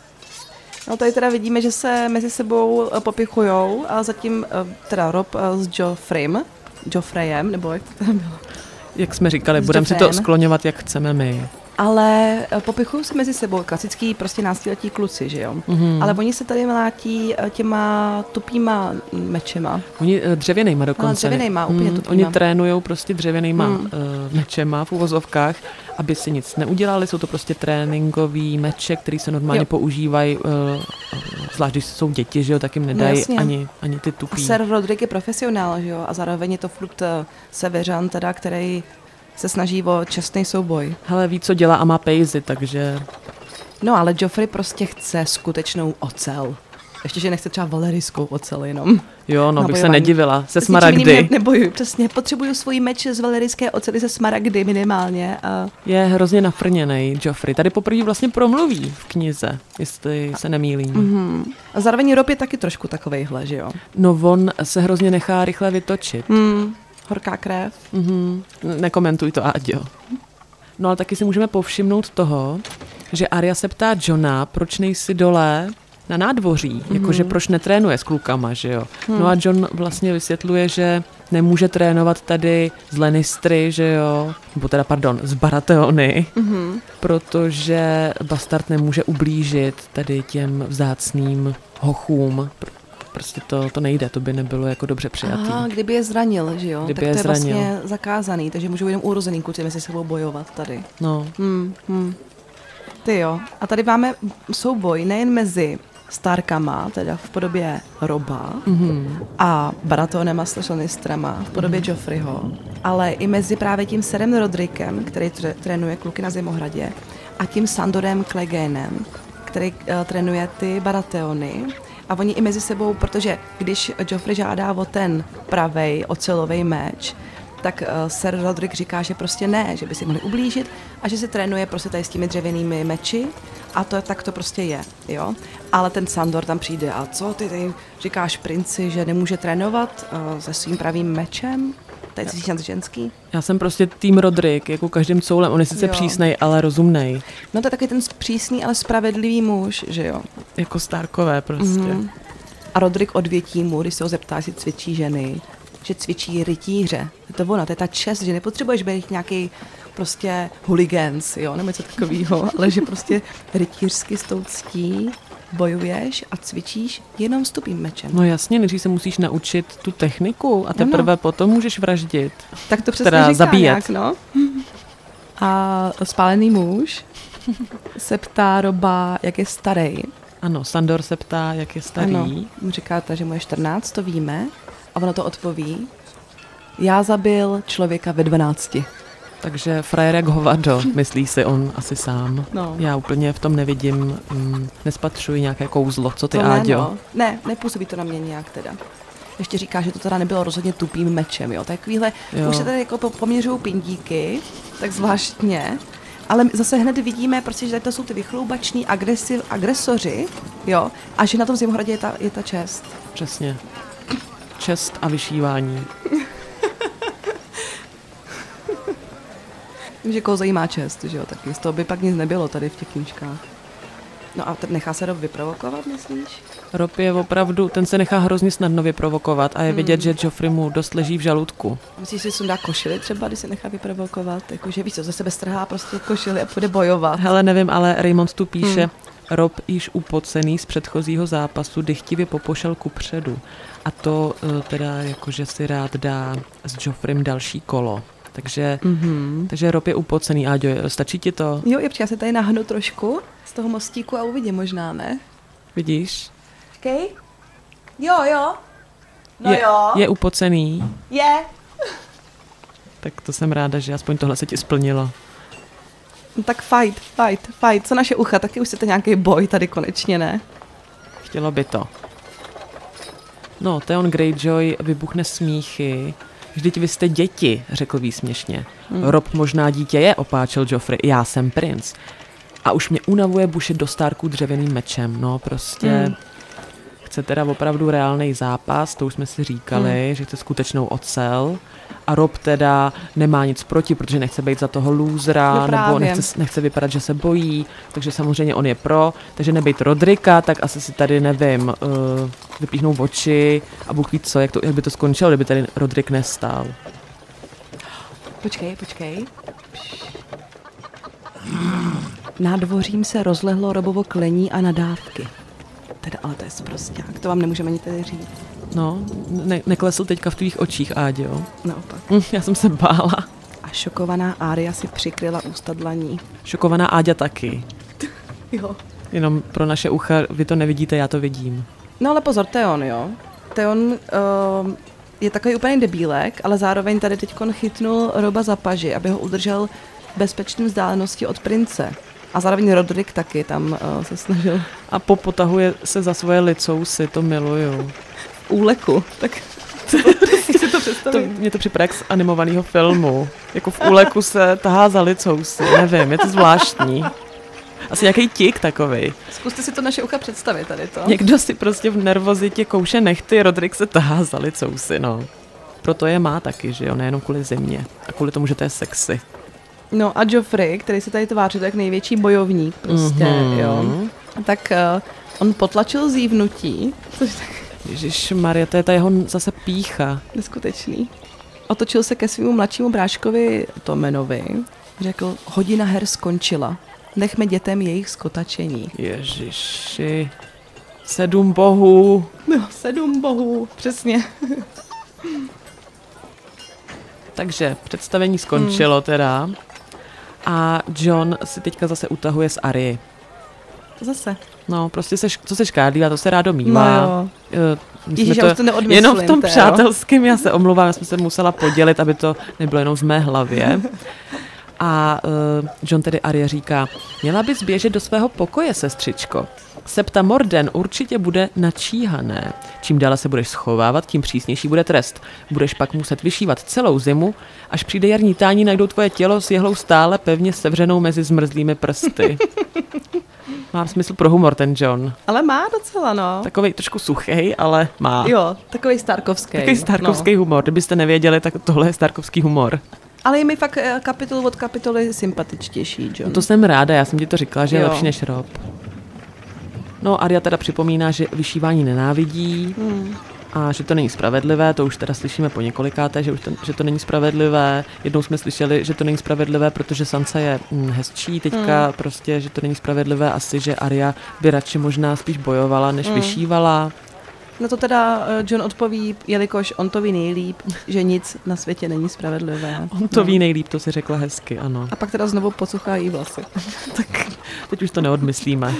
No tady teda vidíme, že se mezi sebou popichujou a zatím teda Rob s Joffreym Joffreyem, nebo jak to tam bylo? Jak jsme říkali, S budeme si to Joffreyem. skloňovat, jak chceme my. Ale popichují se mezi sebou klasický prostě náctiletí kluci, že jo? Mm-hmm. Ale oni se tady mlátí těma tupýma mečema. Oni uh, dřevěnejma dokonce. No, dřevěnejma, úplně mm, tupýma. Oni trénujou prostě dřevěnejma mm. uh, mečema v uvozovkách, aby si nic neudělali. Jsou to prostě tréninkový meče, které se normálně jo. používají, uh, zvlášť když jsou děti, že jo, tak jim nedají no, ani, ani ty tupý. A Ser Rodrik je profesionál, že jo? A zároveň je to furt uh, Severan, teda, který se snaží o čestný souboj. Hele, ví, co dělá a má pejzy, takže... No, ale Joffrey prostě chce skutečnou ocel. Ještě, že nechce třeba valerijskou ocel jenom. Jo, no, bych se bojování. nedivila. Se S smaragdy. Ne, nebojuju, přesně. Potřebuju svůj meč z valerijské ocely ze smaragdy minimálně. A... Je hrozně nafrněnej Joffrey. Tady poprvé vlastně promluví v knize, jestli se nemýlím. Mm-hmm. A zároveň Rob je taky trošku takovejhle, že jo? No, on se hrozně nechá rychle vytočit. Mm. Horká krev. Mm-hmm. Nekomentuj to, Áďo. No ale taky si můžeme povšimnout toho, že Arya se ptá Johna, proč nejsi dole na nádvoří, mm-hmm. jakože proč netrénuje s klukama, že jo. Mm. No a John vlastně vysvětluje, že nemůže trénovat tady z Lannistry, že jo, nebo teda, pardon, z Baratheony, mm-hmm. protože bastard nemůže ublížit tady těm vzácným hochům. Prostě to, to nejde, to by nebylo jako dobře přijatý. Aha, kdyby je zranil, že jo? Kdyby tak je to je zranil. vlastně zakázaný, takže můžou jenom urozený kluci mezi sebou bojovat tady. No. Hmm, hmm. Ty jo. A tady máme souboj nejen mezi Starkama, teda v podobě Roba, mm-hmm. a Baratheonem a Lannisterama v podobě mm-hmm. Joffreyho, ale i mezi právě tím Serem Rodrikem, který tr- trénuje kluky na Zimohradě, a tím Sandorem Cleganem, který uh, trénuje ty Baratheony. A oni i mezi sebou, protože když Joffrey žádá o ten pravej ocelový meč, tak uh, Ser Rodrik říká, že prostě ne, že by si mohli ublížit a že se trénuje prostě tady s těmi dřevěnými meči a to tak to prostě je, jo. Ale ten Sandor tam přijde a co ty tady říkáš princi, že nemůže trénovat uh, se svým pravým mečem? Tady jsi snad ženský? Já jsem prostě tým Rodrik, jako každým coulem, on je sice přísnej, ale rozumnej. No to je taky ten přísný, ale spravedlivý muž, že jo. Jako Starkové prostě. Mm-hmm. A Rodrik odvětí mu, když se ho zeptá, jestli cvičí ženy, že cvičí rytíře. To je to ono, to je ta čest, že nepotřebuješ být nějaký prostě hooligans, jo, nebo něco takového, ale že prostě rytířsky s tou ctí bojuješ a cvičíš jenom s tupým mečem. No jasně, než se musíš naučit tu techniku a teprve no. potom můžeš vraždit. Tak to přesně teda říká zabíjet. Nějak, no. A spálený muž se ptá Roba, jak je starý. Ano, Sandor se ptá, jak je starý. Ano, mu říkáte, že mu je čtrnáct, to víme. A ono to odpoví. Já zabil člověka ve dvanácti. Takže frajer jak hovado, myslí si on asi sám. No. Já úplně v tom nevidím, mm, nespatřuji nějaké kouzlo. Co ty, to Áďo? Ne, no. ne, nepůsobí to na mě nějak teda. Ještě říká, že to teda nebylo rozhodně tupým mečem, jo. Takovýhle, jo. Už se tady jako poměřují pindíky, tak zvláštně. Ale zase hned vidíme, prostě, že tady to jsou ty vychloubační agresiv, agresoři, jo, a že na tom Zimohradě je ta, je ta čest. Přesně. Čest a vyšívání. Že kouzej má čest, že jo, taky z toho by pak nic nebylo tady v těch knížkách. No a nechá se Rob vyprovokovat, myslíš? Rob je opravdu, ten se nechá hrozně snadno vyprovokovat a je vidět, hmm. že Joffrey mu dost leží v žaludku. Myslíš, že si sundá košili třeba, když se nechá vyprovokovat? Jakože víš co, ze sebe strhá prostě košili a půjde bojovat. Hele, nevím, ale Raymond tu píše, hmm. Rob již upocený z předchozího zápasu dychtivě popošel kupředu. A to teda jakože si rád dá s Joffreym další kolo. Takže, mm-hmm. takže Rob je upocený. Áďo, stačí ti to? Jo, já se tady nahnu trošku z toho mostíku a uvidím možná, ne? Vidíš? Okay. Jo, jo. No je, jo. Je upocený? Je. Tak to jsem ráda, že aspoň tohle se ti splnilo. No tak fight, fight, fight. Co naše ucha, taky už jste nějaký boj tady konečně, ne? Chtělo by to. No, Theon Greyjoy vybuchne smíchy. Vždyť vy jste děti, řekl výsměšně. Hmm. Rob možná dítě je, opáčil Joffrey. Já jsem princ. A už mě unavuje bušit do Starků dřevěným mečem. No, prostě... Hmm. chce teda opravdu reálný zápas, to už jsme si říkali, hmm. že chce skutečnou ocel. A Rob teda nemá nic proti, protože nechce být za toho lůzra, no nebo nechce, nechce vypadat, že se bojí, takže samozřejmě on je pro, takže nebejt Rodrika, tak asi si tady, nevím, uh, vypíchnou oči a Bůh ví co, jak, to, jak by to skončilo, kdyby tady Rodrik nestál. Počkej, počkej. Nádvořím se rozlehlo Robovo klení a nadávky. Teda, ale to je sprosťák, to vám nemůžeme ani tady říct. No, ne- neklesl teďka v tvých očích, Áďo. Naopak. Já jsem se bála. A šokovaná Ária si přikryla ústa dlaní. Šokovaná Áďa taky. Jo. Jenom pro naše ucha, vy to nevidíte, já to vidím. No ale pozor, Theon, jo. Theon uh, je takový úplně debílek, ale zároveň tady teďkon chytnul Roba za paži, aby ho udržel v bezpečném vzdálenosti od prince. A zároveň Rodrik taky tam uh, se snažil. A popotahuje se za svoje licousy, to miluju. Úleku, tak jak si to představit? To, mě to připadá jak z animovaného filmu. Jako v úleku se tahá za licousy, nevím, je to zvláštní. Asi nějaký tik takovej. Zkuste si to naše ucha představit tady to. Někdo si prostě v nervozitě kouše nechty, Rodrik se tahá za licousy, no. Proto je má taky, že jo, nejenom kvůli zimě. A kvůli tomu, že to je sexy. No a Joffrey, který se tady tváří tak největší bojovník prostě, mm-hmm. jo. Tak uh, on potlačil zívnutí, což tak... Ježišmarja, to je ta jeho zase pýcha. Neskutečný. Otočil se ke svému mladšímu bráškovi Tomenovi. Řekl, hodina her skončila. Nechme dětem jejich skotačení. Ježiši. Sedm bohů. No, sedm bohů, přesně. Takže představení skončilo hmm. teda. A Jon si teďka zase utahuje z Aryi. Zase. No, prostě se, co se škádlí a to se rádo mívá. No jo. Uh, Ježiš, já už to neodmyslím. Jenom v tom to, přátelském, já se omlouvám, já jsem se musela podělit, aby to nebylo jenom v mé hlavě. A uh, Jon tedy Arya říká, měla bys běžet do svého pokoje, sestřičko. Septa Morden určitě bude načíhané. Čím dále se budeš schovávat, tím přísnější bude trest. Budeš pak muset vyšívat celou zimu, až přijde jarní tání, najdou tvoje tělo s jehlou stále pevně sevřenou mezi zmrzlými prsty. Má smysl pro humor ten Jon. Ale má docela, no. Takovej trošku suchej, ale má. Jo, takovej starkovský. Takový starkovský no. humor. Kdybyste nevěděli, tak tohle je starkovský humor. Ale je mi fakt kapitol od kapitoly sympatičtější, Jon. No to jsem ráda, já jsem ti to říkala, že jo. je lepší než Rob. No, Arya teda připomíná, že vyšívání nenávidí hmm. a že to není spravedlivé, to už teda slyšíme po několikáté, že, už to, že to není spravedlivé. Jednou jsme slyšeli, že to není spravedlivé, protože Sansa je hm, hezčí, teďka hmm. prostě, že to není spravedlivé, asi, že Arya by radši možná spíš bojovala, než hmm. vyšívala. No to teda Jon odpoví, jelikož on to ví nejlíp, že nic na světě není spravedlivé. On to no. ví nejlíp, to si řekla hezky, ano. A pak teda znovu pocuchá jí vlasy. Tak teď už to neodmyslíme.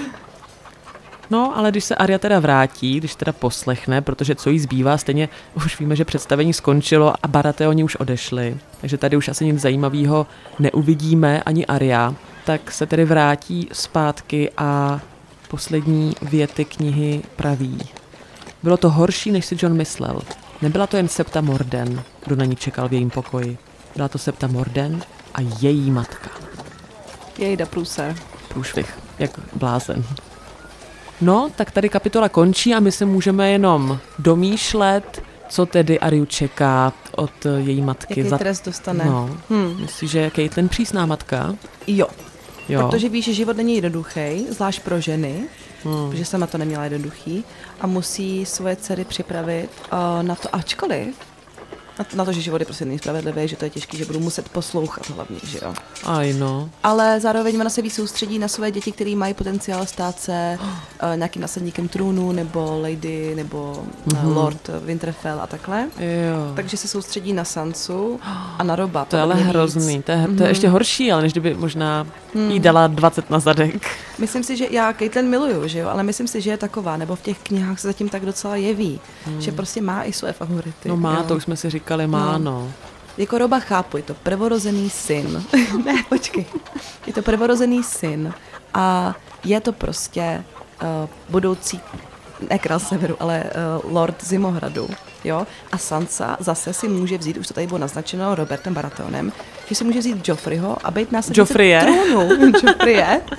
No, ale když se Arya teda vrátí, když teda poslechne, protože co jí zbývá, stejně už víme, že představení skončilo a Baratheoni už odešli, takže tady už asi nic zajímavého neuvidíme, ani Arya, tak se tedy vrátí zpátky a poslední věty knihy praví. Bylo to horší, než si Jon myslel. Nebyla to jen Septa Morden, kdo na ní čekal v jejím pokoji. Byla to Septa Morden a její matka. Jejda průser. Průšvih, jak blázen. No, tak tady kapitola končí a my se můžeme jenom domýšlet, co tedy Aryu čeká od její matky. Jaký za... trest dostane. No, hmm. myslíš, že Caitlyn přísná matka? Jo. jo. Protože víš, že život není jednoduchý, zvlášť pro ženy, hmm. protože sama to neměla jednoduchý a musí svoje dcery připravit uh, na to, ačkoliv, na to, na to, že život je prostě nespravedlivý, že to je těžký, že budu muset poslouchat hlavně, že jo. Aj no. Ale zároveň ona se víc soustředí na své děti, které mají potenciál stát se uh, nějakým nasledníkem trůnu, nebo lady, nebo mm-hmm. uh, lord Winterfell a takhle. Jo. Takže se soustředí na Sansu a na Roba. To je ale hrozný, to je, mm-hmm. to je ještě horší, ale než kdyby možná mm. jí dala dvacet na zadek. Myslím si, že já Caitlyn miluju, že jo, ale myslím si, že je taková, nebo v těch knihách se zatím tak docela jeví, mm. že prostě má i své favority. No má, jo. to už jsme si říkali, má, no. no. Jako Roba chápu, je to prvorozený syn. ne, počkej. Je to prvorozený syn a je to prostě uh, budoucí, ne král severu, ale uh, lord Zimohradu, jo. A Sansa zase si může vzít, už to tady bylo naznačeno Robertem Baratheonem, že si může vzít Joffreyho a být následnice trůnu. Joffreye.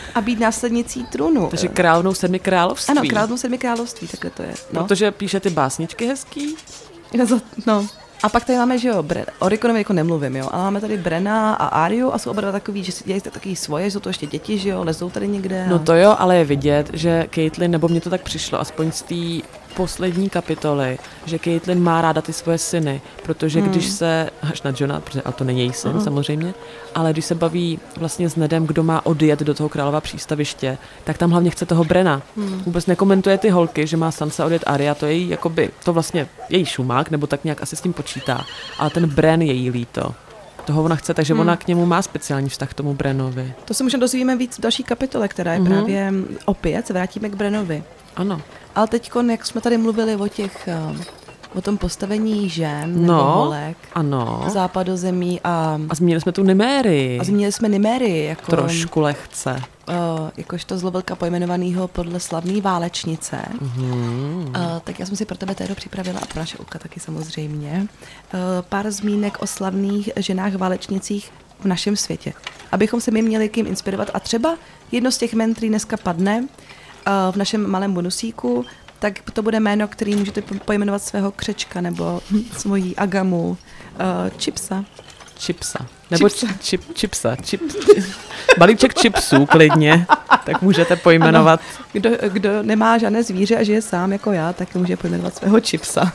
A být následnicí trůnu. Takže královnou sedmi království. Ano, královnou sedmi království, takhle to je. No. Protože píše ty básničky hezký. No. A pak tady máme, že jo, Bre- o Rickonovi jako nemluvím, jo, ale máme tady Brena a Ariu a jsou oba dva takový, že si dělají takový svoje, jsou to ještě děti, že jo, lezou tady někde. A... No to jo, ale je vidět, že Caitlin, nebo mně to tak přišlo, aspoň z té poslední kapitoly, že Caitlin má ráda ty svoje syny, protože hmm. když se, až na Johna, protože a to není její syn hmm. samozřejmě, ale když se baví vlastně s Nedem, kdo má odjet do toho Králova přístaviště, tak tam hlavně chce toho Brena. Hmm. Vůbec nekomentuje ty holky, že má Sansa odjet Arya, to je jí, jakoby, to vlastně její šumák, nebo tak nějak asi s tím počítá, ale ten Bran je jí líto. Toho ona chce, takže hmm. ona k němu má speciální vztah k tomu Branovi. To se možná dozvíme víc v další kapitole, která je mm-hmm. právě opět, se vrátíme k Branovi. Ano. Ale teď, jak jsme tady mluvili o těch, o tom postavení žen nebo no, holek, ano. západozemí a... A zmínili jsme tu Nymérii. A zmínili jsme Nymérii. Jako, trošku lehce. Uh, jakožto zlovelka pojmenovanýho podle slavné válečnice. Mm-hmm. Uh, tak já jsem si pro tebe této připravila a pro naše uka taky samozřejmě. Uh, pár zmínek o slavných ženách válečnicích v našem světě. Abychom se my měli kým inspirovat. A třeba jedno z těch men, který dneska padne uh, v našem malém bonusíku, tak to bude jméno, který můžete pojmenovat svého křečka nebo svojí agamu. Uh, Chipsa. Chipsa. Nebo chipsa. Čip, chipsa. Chip, balíček chipsů klidně, tak můžete pojmenovat. Ano. Kdo, kdo nemá žádné zvíře a žije sám jako já, tak může pojmenovat svého chipsa.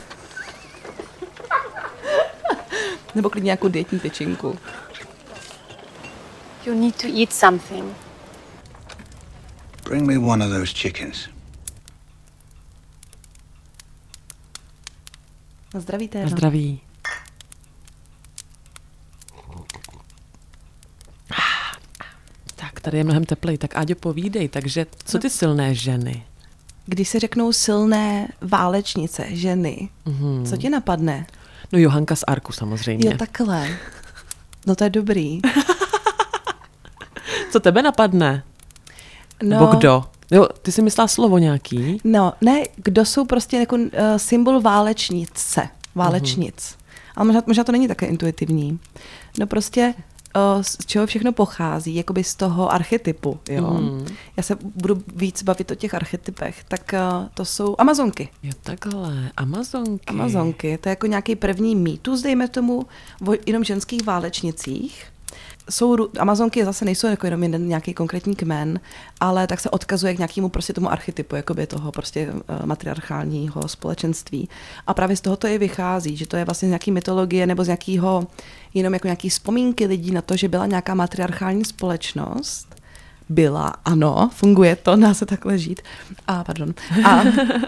Nebo klidně nějakou dietní tyčinku. You need to eat something. Bring me one of those chickens. Na zdraví, Téro. Na zdraví. Tak, tady je mnohem teplej. Tak Áďo, povídej. Takže co ty silné ženy? Když se řeknou silné válečnice, ženy, mm-hmm. co ti napadne? No Johanka z Arku samozřejmě. Jo, takhle. No to je dobrý. Co tebe napadne? No, nebo kdo? Jo, ty jsi myslela slovo nějaký? No, ne, kdo jsou prostě jako uh, symbol válečnice, válečnic. Mm-hmm. Ale možná, možná to není také intuitivní. No prostě uh, z čeho všechno pochází, jakoby z toho archetypu, jo. Mm-hmm. Já se budu víc bavit o těch archetypech, tak uh, to jsou Amazonky. Jo, takhle, Amazonky. Amazonky, to je jako nějaký první mýtus, dejme tomu, o jenom ženských válečnicích. Jsou, Amazonky zase nejsou jako jenom jeden nějaký konkrétní kmen, ale tak se odkazuje k nějakému prostě tomu archetypu, jakoby toho prostě uh, matriarchálního společenství. A právě z toho to i vychází, že to je vlastně z nějaký mytologie nebo z nějakého, jenom jako nějaký vzpomínky lidí na to, že byla nějaká matriarchální společnost. Byla, ano, funguje to, dá se takhle žít. A, pardon. A...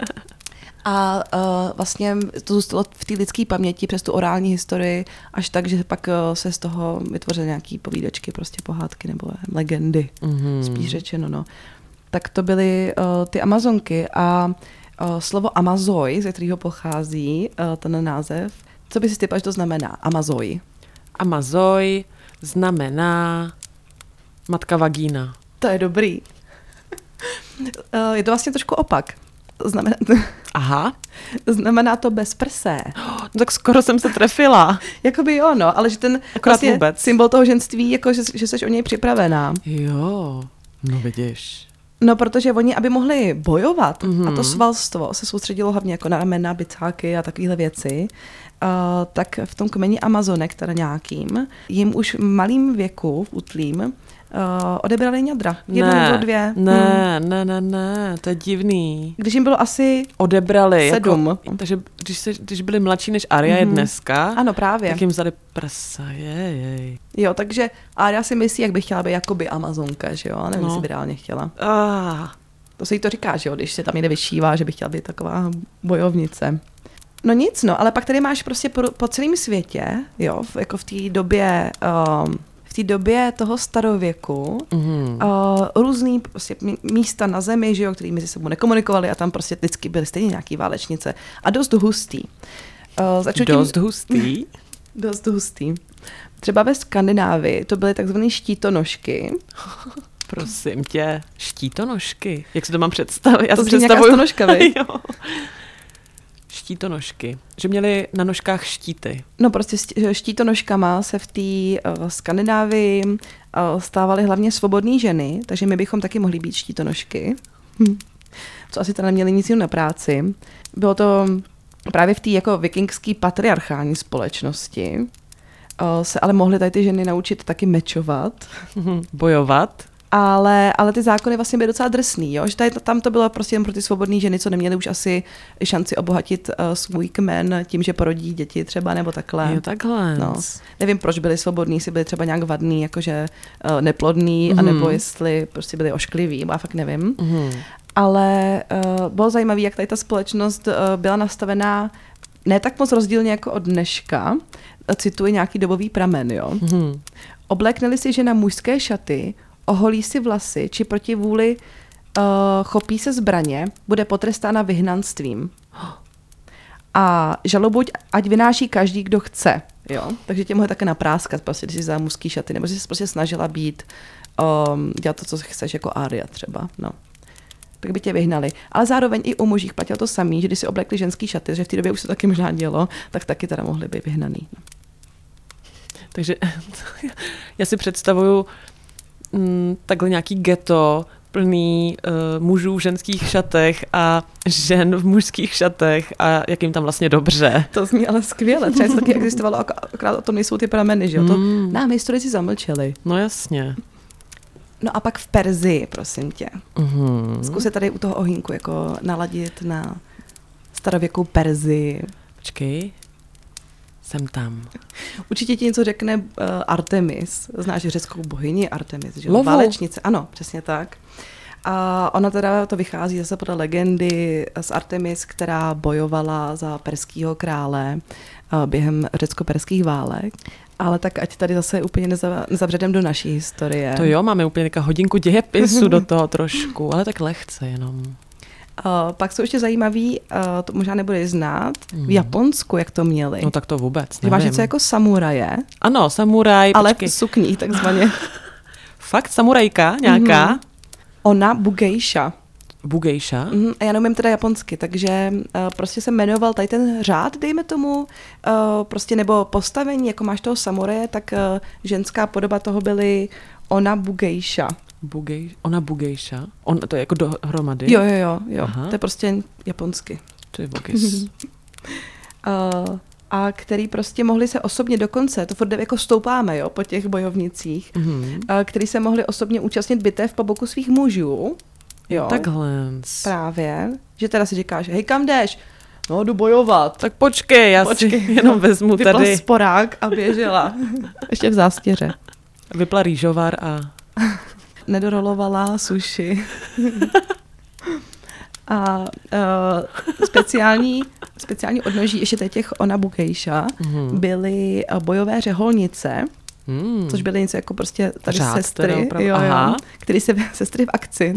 A uh, vlastně to zůstalo v té lidské paměti přes tu orální historii až tak, že pak uh, se z toho vytvořily nějaké povídačky, prostě pohádky nebo legendy, mm-hmm. spíš řečeno. No. Tak to byly uh, ty Amazonky a uh, slovo Amazoj, ze kterého pochází uh, ten název, co by si typal, že to znamená? Amazoj. Amazoj znamená matka vagína. To je dobrý. uh, je to vlastně trošku opak. Znamená, Aha. Znamená to bez prse. No, tak skoro jsem se trefila. Jakoby jo, no, ale že ten vlastně symbol toho ženství, jako že, že jsi o něj připravená. Jo, no vidíš. No, protože oni, aby mohli bojovat, mm-hmm. a to svalstvo se soustředilo hlavně jako na ramena, bicáky a takovéhle věci, uh, tak v tom kmeni Amazonek, teda nějakým, jim už v malým věku, v útlým, Uh, odebrali ňadra. Jedno ne, nebo dvě. Ne, hmm. ne, ne, ne, to je divný. Když jim bylo asi odebrali sedm. Jako, takže když, se, když byli mladší než Arya mm-hmm. je dneska, ano, právě. tak jim vzali prsa, jej, jej. Jo, takže Arya si myslí, jak by chtěla být jakoby Amazonka, že jo? A nevím, no. jestli by reálně chtěla. Ah. To se jí to říká, že jo? Když se tam jde vyšívá, že by chtěla být taková bojovnice. No nic, no, ale pak tady máš prostě po, po celém světě, jo, jako v té době... Um, v té době toho starověku mm. uh, různý prostě místa na zemi, že jo, který mezi sebou nekomunikovali a tam prostě vždycky byly stejně nějaký válečnice a dost hustý. Uh, začnu dost tím... hustý? Dost hustý. Třeba ve Skandinávii to byly takzvané štítonožky. Prosím tě, štítonožky? Jak si to mám představit? Já to si zní představuju... nějaká stonožka, vy? Jo. štítonožky? Že měli na nožkách štíty. No prostě štítonožkama se v té uh, Skandinávii uh, stávaly hlavně svobodné ženy, takže my bychom taky mohli být štítonožky. Hm. Co asi teda neměli nic jiného na práci. Bylo to právě v té jako vikingské patriarchální společnosti. Uh, se ale mohly tady ty ženy naučit taky mečovat. Bojovat. Ale, ale ty zákony vlastně byly docela drsný, jo? Že tady, tam to bylo prostě jen pro ty svobodné ženy, co neměly už asi šanci obohatit uh, svůj kmen tím, že porodí děti třeba, nebo takhle. Jo, takhle. No. Nevím, proč byli svobodní, jestli byli třeba nějak vadný, jakože uh, neplodný, mm. anebo jestli prostě byli oškliví, já fakt nevím. Mm. Ale uh, bylo zajímavé, jak tady ta společnost uh, byla nastavená ne tak moc rozdílně jako od dneška. Cituji nějaký dobový pramen, jo. Mm. Oblékneli si žena mužské šaty, oholí si vlasy, či proti vůli uh, chopí se zbraně, bude potrestána vyhnanstvím. A žalobu ať vynáší každý, kdo chce. Jo? Takže tě mohli také napráskat, prostě, když jsi za mužský šaty, nebo jsi se prostě snažila být, um, dělat to, co chceš, jako Arya třeba. No. Tak by tě vyhnali. Ale zároveň i u mužích platilo to samý, že když si oblekli ženský šaty, že v té době už se to taky možná dělo, tak taky teda mohli být vyhnaný. Takže já si představuju mm, takhle nějaký ghetto plný uh, mužů v ženských šatech a žen v mužských šatech a jak jim tam vlastně dobře. To zní ale skvěle. Třeba to taky existovalo, akorát o tom nejsou ty prameny, že jo? To mm. nám historici zamlčeli. No jasně. No a pak v Perzii, prosím tě. Mm. Zkus se tady u toho ohýnku jako naladit na starověkou Perzii. Počkej. Jsem tam. Určitě ti něco řekne uh, Artemis. Znáš řeckou bohyni Artemis, že? Lovu. Válečnice. Ano, přesně tak. A ona teda to vychází zase podle legendy z Artemis, která bojovala za perského krále uh, během řecko-perských válek. Ale tak ať tady zase úplně nezavředem do naší historie. To jo, máme úplně nějaká hodinku dějepisu do toho trošku, ale tak lehce jenom. Uh, pak jsou ještě zajímavý, uh, to možná nebude znát, mm. v Japonsku, jak to měli. No tak to vůbec, nevím. Máš něco jako samuraje. Ano, samuraj. Ale počkej. v sukních takzvaně. Fakt, samurajka nějaká? Mm-hmm. Ona Bugejša. Bugejša? Mm, a já neumím teda japonsky, takže uh, prostě se jmenoval tady ten řád, dejme tomu, uh, prostě nebo postavení, jako máš toho samuraje, tak uh, ženská podoba toho byly Ona Bugejša. Bugej, ona Bugejša? On, to je jako dohromady? Jo, jo, jo. jo. To je prostě japonsky. To je bogis. uh, a který prostě mohli se osobně dokonce, to furt jako stoupáme, jo, po těch bojovnicích, mm-hmm. uh, který se mohli osobně účastnit bitev po boku svých mužů. Jo. Takhle. Právě. Že teda si říkáš, hej, kam jdeš? No, jdu bojovat. Tak počkej, já počkej, si jenom no, vezmu vypla tady. Vypla sporák a běžela. Ještě v zástěře. Vypla rýžovar a... Nedorolovala suši. A uh, speciální, speciální odnoží ještě těch Ona Bugejša mm-hmm. byly bojové řeholnice, mm. což byly něco jako prostě tady Řád, sestry, jo, jo, který se sestry v akci.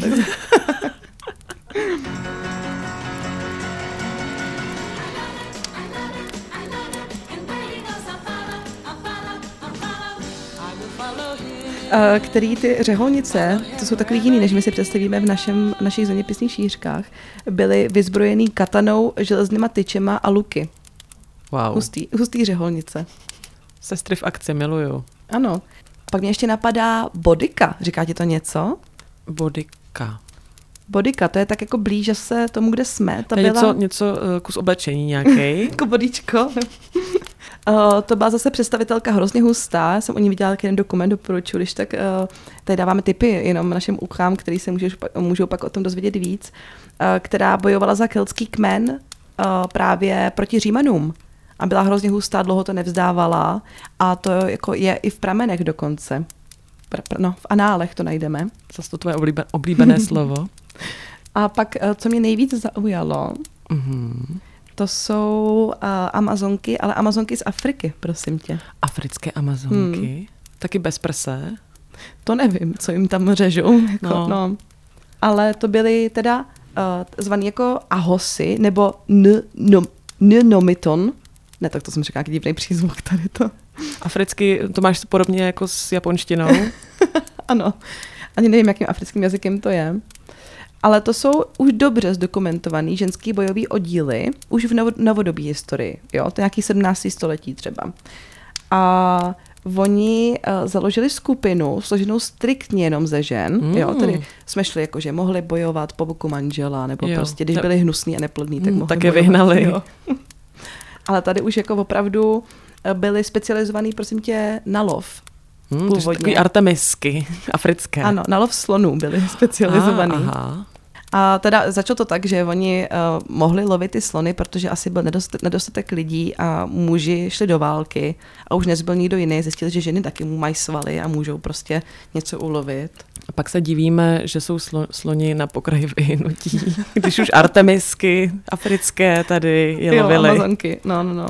Který ty řeholnice, to jsou takový jiný, než my si představíme v našem, našich zeměpisných šířkách, byly vyzbrojený katanou, železnýma tyčema a luky. Wow. Hustý, hustý řeholnice. Sestry v akci, miluju. Ano. Pak mě ještě napadá bodyka. Říká ti to něco? Bodyka. Bodyka, to je tak jako blíž se tomu, kde jsme. To je byla... něco, něco kus oblečení nějaký. Jako bodíčko. Uh, to byla zase představitelka hrozně hustá, já jsem o ní viděla jeden dokument, doporučuji, když tak uh, tady dáváme tipy jenom našim uchám, který se můžeš, můžou pak o tom dozvědět víc, uh, která bojovala za keltský kmen uh, právě proti Římanům a byla hrozně hustá, dlouho to nevzdávala a to jako je i v pramenech dokonce. Pr- pr- no, v análech to najdeme. Zase to tvoje oblíbe, oblíbené slovo. A pak, uh, co mě nejvíc zaujalo, mm-hmm. to jsou uh, Amazonky, ale Amazonky z Afriky, prosím tě. Africké Amazonky? Hmm. Taky bez prse? To nevím, co jim tam řežou. Jako, no. No. Ale to byly teda uh, zvaný jako ahosy, nebo n-nomiton. Ne, tak to jsem řekla, jaký divný přízvuk tady to. Africky, to máš podobně jako s japonštinou? Ano. Ani nevím, jakým africkým jazykem to je. Ale to jsou už dobře zdokumentovaný ženský bojový oddíly, už v novodobí historii, jo, to je nějaký sedmnácté století třeba. A oni uh, založili skupinu, složenou striktně jenom ze žen, mm. jo, tedy jsme šli jako, že mohli bojovat po boku manžela, nebo jo. prostě, když byli hnusní a neplodní, tak mm, mohli tak je bojovat, vyhnali. Jo. Ale tady už jako opravdu byli specializovaný, prosím tě, na lov. Hmm, to jsou takový artemisky africké. Ano, na lov slonů byli specializovaný. Ah, aha. A teda začalo to tak, že oni uh, mohli lovit ty slony, protože asi byl nedostatek, nedostatek lidí a muži šli do války a už nezbyl nikdo jiný. Zjistili, že ženy taky mají svaly a můžou prostě něco ulovit. A pak se divíme, že jsou slo, sloni na pokraji vyhynutí, když už artemisky africké tady je lovily. Jo, amazonky, no, no, no.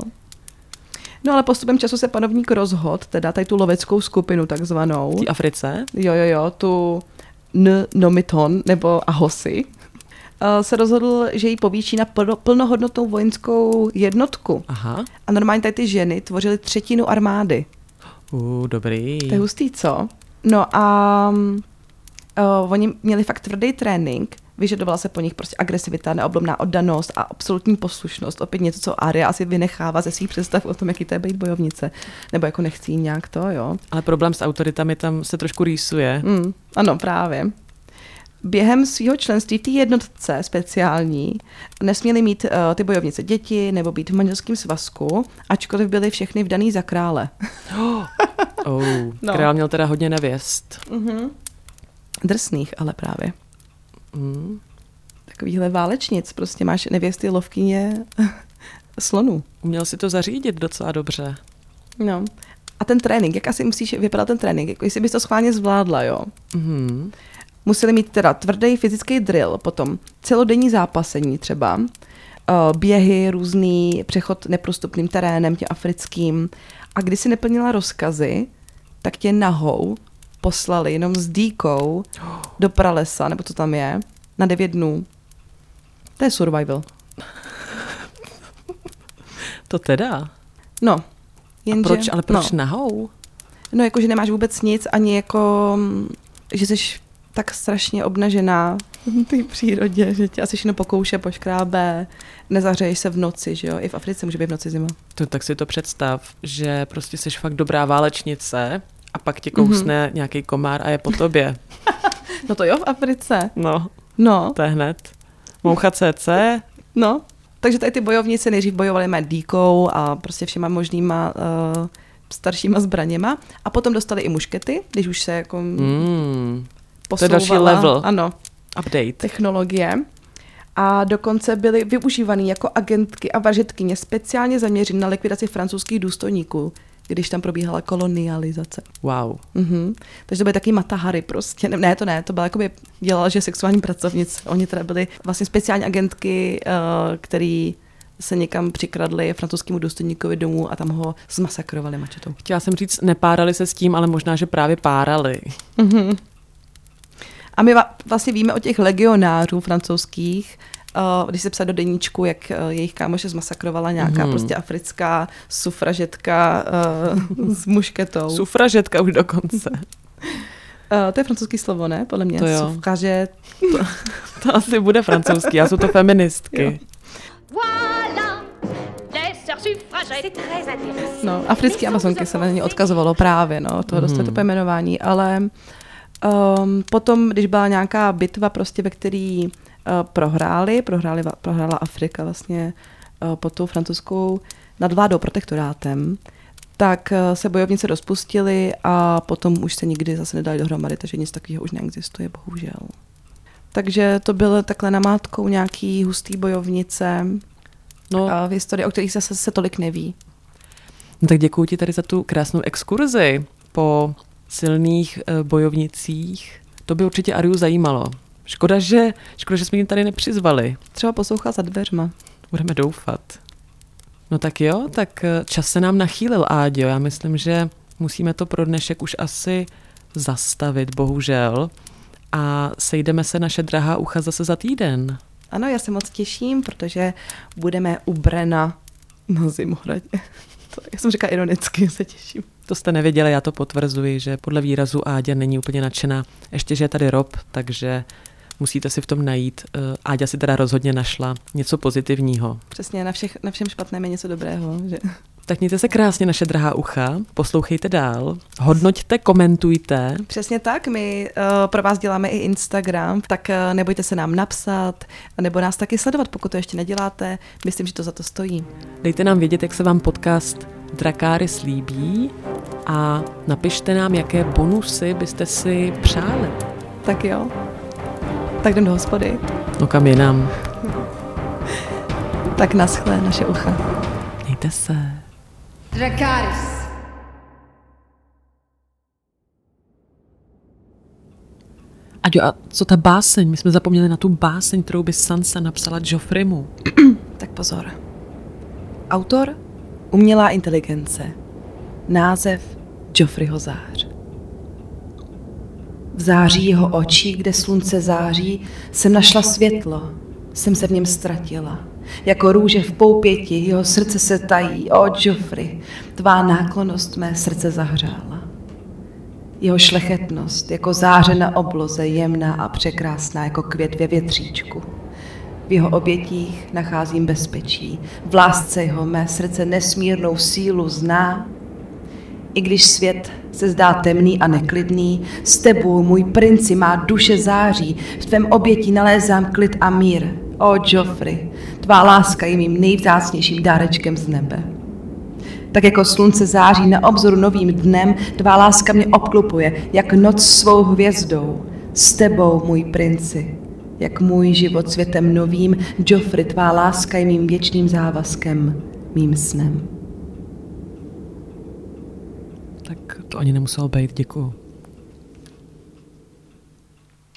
No ale postupem času se panovník rozhodl, teda tady tu loveckou skupinu takzvanou. V té Africe? Jo, jo, jo, tu N-Nomiton nebo Ahosi, se rozhodl, že ji povýší na plnohodnotnou vojenskou jednotku. Aha. A normálně tady ty ženy tvořily třetinu armády. Uh, dobrý. To je hustý, co? No a uh, oni měli fakt tvrdý trénink, vyžadovala se po nich prostě agresivita, neoblomná oddanost a absolutní poslušnost. Opět něco, co Arya asi vynechává ze svých představ o tom, jaký to je být bojovnice. Nebo jako nechcí nějak to, jo. Ale problém s autoritami tam se trošku rýsuje. Mm, ano, právě. Během svého členství v té jednotce speciální nesměly mít uh, ty bojovnice děti nebo být v manželském svazku, ačkoliv byly všechny vdaný za krále. Oh, oh, no. Král měl teda hodně nevěst. Mm-hmm. Drsných, ale právě. Mm. Takovýhle válečnic, prostě máš nevěsty lovkyně slonů. Uměl si to zařídit docela dobře. No. A ten trénink, jak asi musíš vypadat ten trénink, jako jestli bys to schválně zvládla, jo? Mm. Museli mít teda tvrdý fyzický drill, potom celodenní zápasení třeba, běhy různý, přechod neprostupným terénem, tě africkým. A když si neplnila rozkazy, tak tě nahou poslali jenom s dýkou do pralesa, nebo co tam je, na devět dnů. To je survival. To teda? No. Jenže, proč, ale proč no. nahou? No, jako, že nemáš vůbec nic, ani jako, že jsi tak strašně obnažená v té přírodě, že tě asi všechno pokouše, poškrábe, nezahřeješ se v noci, že jo? I v Africe může být v noci zima. To, tak si to představ, že prostě jsi fakt dobrá válečnice a pak tě kousne mm-hmm. nějaký komár a je po tobě. No to jo, v Africe. No, no. To je hned. Moucha C C. No, takže tady ty bojovnice nejdřív bojovaly mé dýkou a prostě všema možnýma uh, staršíma zbraněma a potom dostali i muškety, když už se jako mm. posouvala. To je další level. Ano. Update. Technologie. A dokonce byly využívaný jako agentky a vražedkyně speciálně zaměřené na likvidaci francouzských důstojníků, když tam probíhala kolonializace. Wow. Mhm. Takže to byly taky matahary prostě. Ne, ne to ne, to byla jakoby, dělala, že sexuální pracovnice. Oni teda byly vlastně speciální agentky, uh, který se někam přikradli francouzskému důstojníkovi domů a tam ho zmasakrovali mačetou. Chtěla jsem říct, nepárali se s tím, ale možná, že právě párali. Mhm. A my vlastně víme o těch legionářů francouzských, uh, když se psal do deníčku, jak uh, jejich kámoše zmasakrovala nějaká mm. prostě africká sufražetka uh, s mušketou. Sufražetka už dokonce. uh, to je francouzský slovo, ne? Podle mě. To jo. Sufražet. To, to asi bude francouzský, já jsou to feministky. No, africké amazonky se na ně odkazovalo právě, no, toho dostali to pojmenování, ale Um, potom, když byla nějaká bitva, prostě, ve který uh, prohráli, prohráli, prohrála Afrika vlastně uh, pod tou francouzskou nadvládou protektorátem, tak uh, se bojovníci rozpustili a potom už se nikdy zase nedali dohromady, takže nic takového už neexistuje, bohužel. Takže to byly takhle namátkou nějaký hustý bojovnice no. uh, v historii, o kterých se, se tolik neví. No tak děkuji ti tady za tu krásnou exkurzi po silných uh, bojovnicích. To by určitě Ariu zajímalo. Škoda, že, škoda, že jsme ji tady nepřizvali. Třeba poslouchá za dveřma. Budeme doufat. No tak jo, tak čas se nám nachýlil, Áďo. Já myslím, že musíme to pro dnešek už asi zastavit, bohužel. A sejdeme se, naše drahá ucha, zase za týden. Ano, já se moc těším, protože budeme u Brena na Zimohradě. To, já jsem říkala ironicky, se těším. To jste nevěděli, já to potvrzuji, že podle výrazu Áďa není úplně nadšená. Ještě, že je tady Rob, takže musíte si v tom najít. Áďa si teda rozhodně našla něco pozitivního. Přesně, na, všech, na všem špatném je něco dobrého. Že? Tak mějte se krásně, naše drahá ucha, poslouchejte dál, hodnoťte, komentujte. Přesně tak, my uh, pro vás děláme i Instagram, tak uh, nebojte se nám napsat, nebo nás taky sledovat, pokud to ještě neděláte, myslím, že to za to stojí. Dejte nám vědět, jak se vám podcast Dracarys líbí a napište nám, jaké bonusy byste si přáli. Tak jo, tak jdem do hospody. No kam jinam. Tak naschle, naše ucha. Mějte se. Dracarys. Aďo, a co ta báseň? My jsme zapomněli na tu báseň, kterou by Sansa napsala Joffreymu. Tak pozor. Autor? Umělá inteligence. Název Joffreyho zář. V září jeho očí, kde slunce září, jsem našla světlo, jsem se v něm ztratila. Jako růže v poupěti, jeho srdce se tají. O Joffrey, tvá náklonnost mé srdce zahřála. Jeho šlechetnost, jako záře na obloze, jemná a překrásná, jako květ ve větříčku. V jeho obětích nacházím bezpečí. V lásce jeho mé srdce nesmírnou sílu zná. I když svět se zdá temný a neklidný, s tebou, můj princi, má duše září, v tvém obětí nalézám klid a mír. O Joffrey, tvá láska je mým nejvzácnějším dárečkem z nebe. Tak jako slunce září na obzoru novým dnem, tvá láska mě obklupuje, jak noc svou hvězdou. S tebou, můj princi, jak můj život světem novým, Joffrey, tvá láska je mým věčným závazkem, mým snem. Tak to ani nemuselo být, děkuju.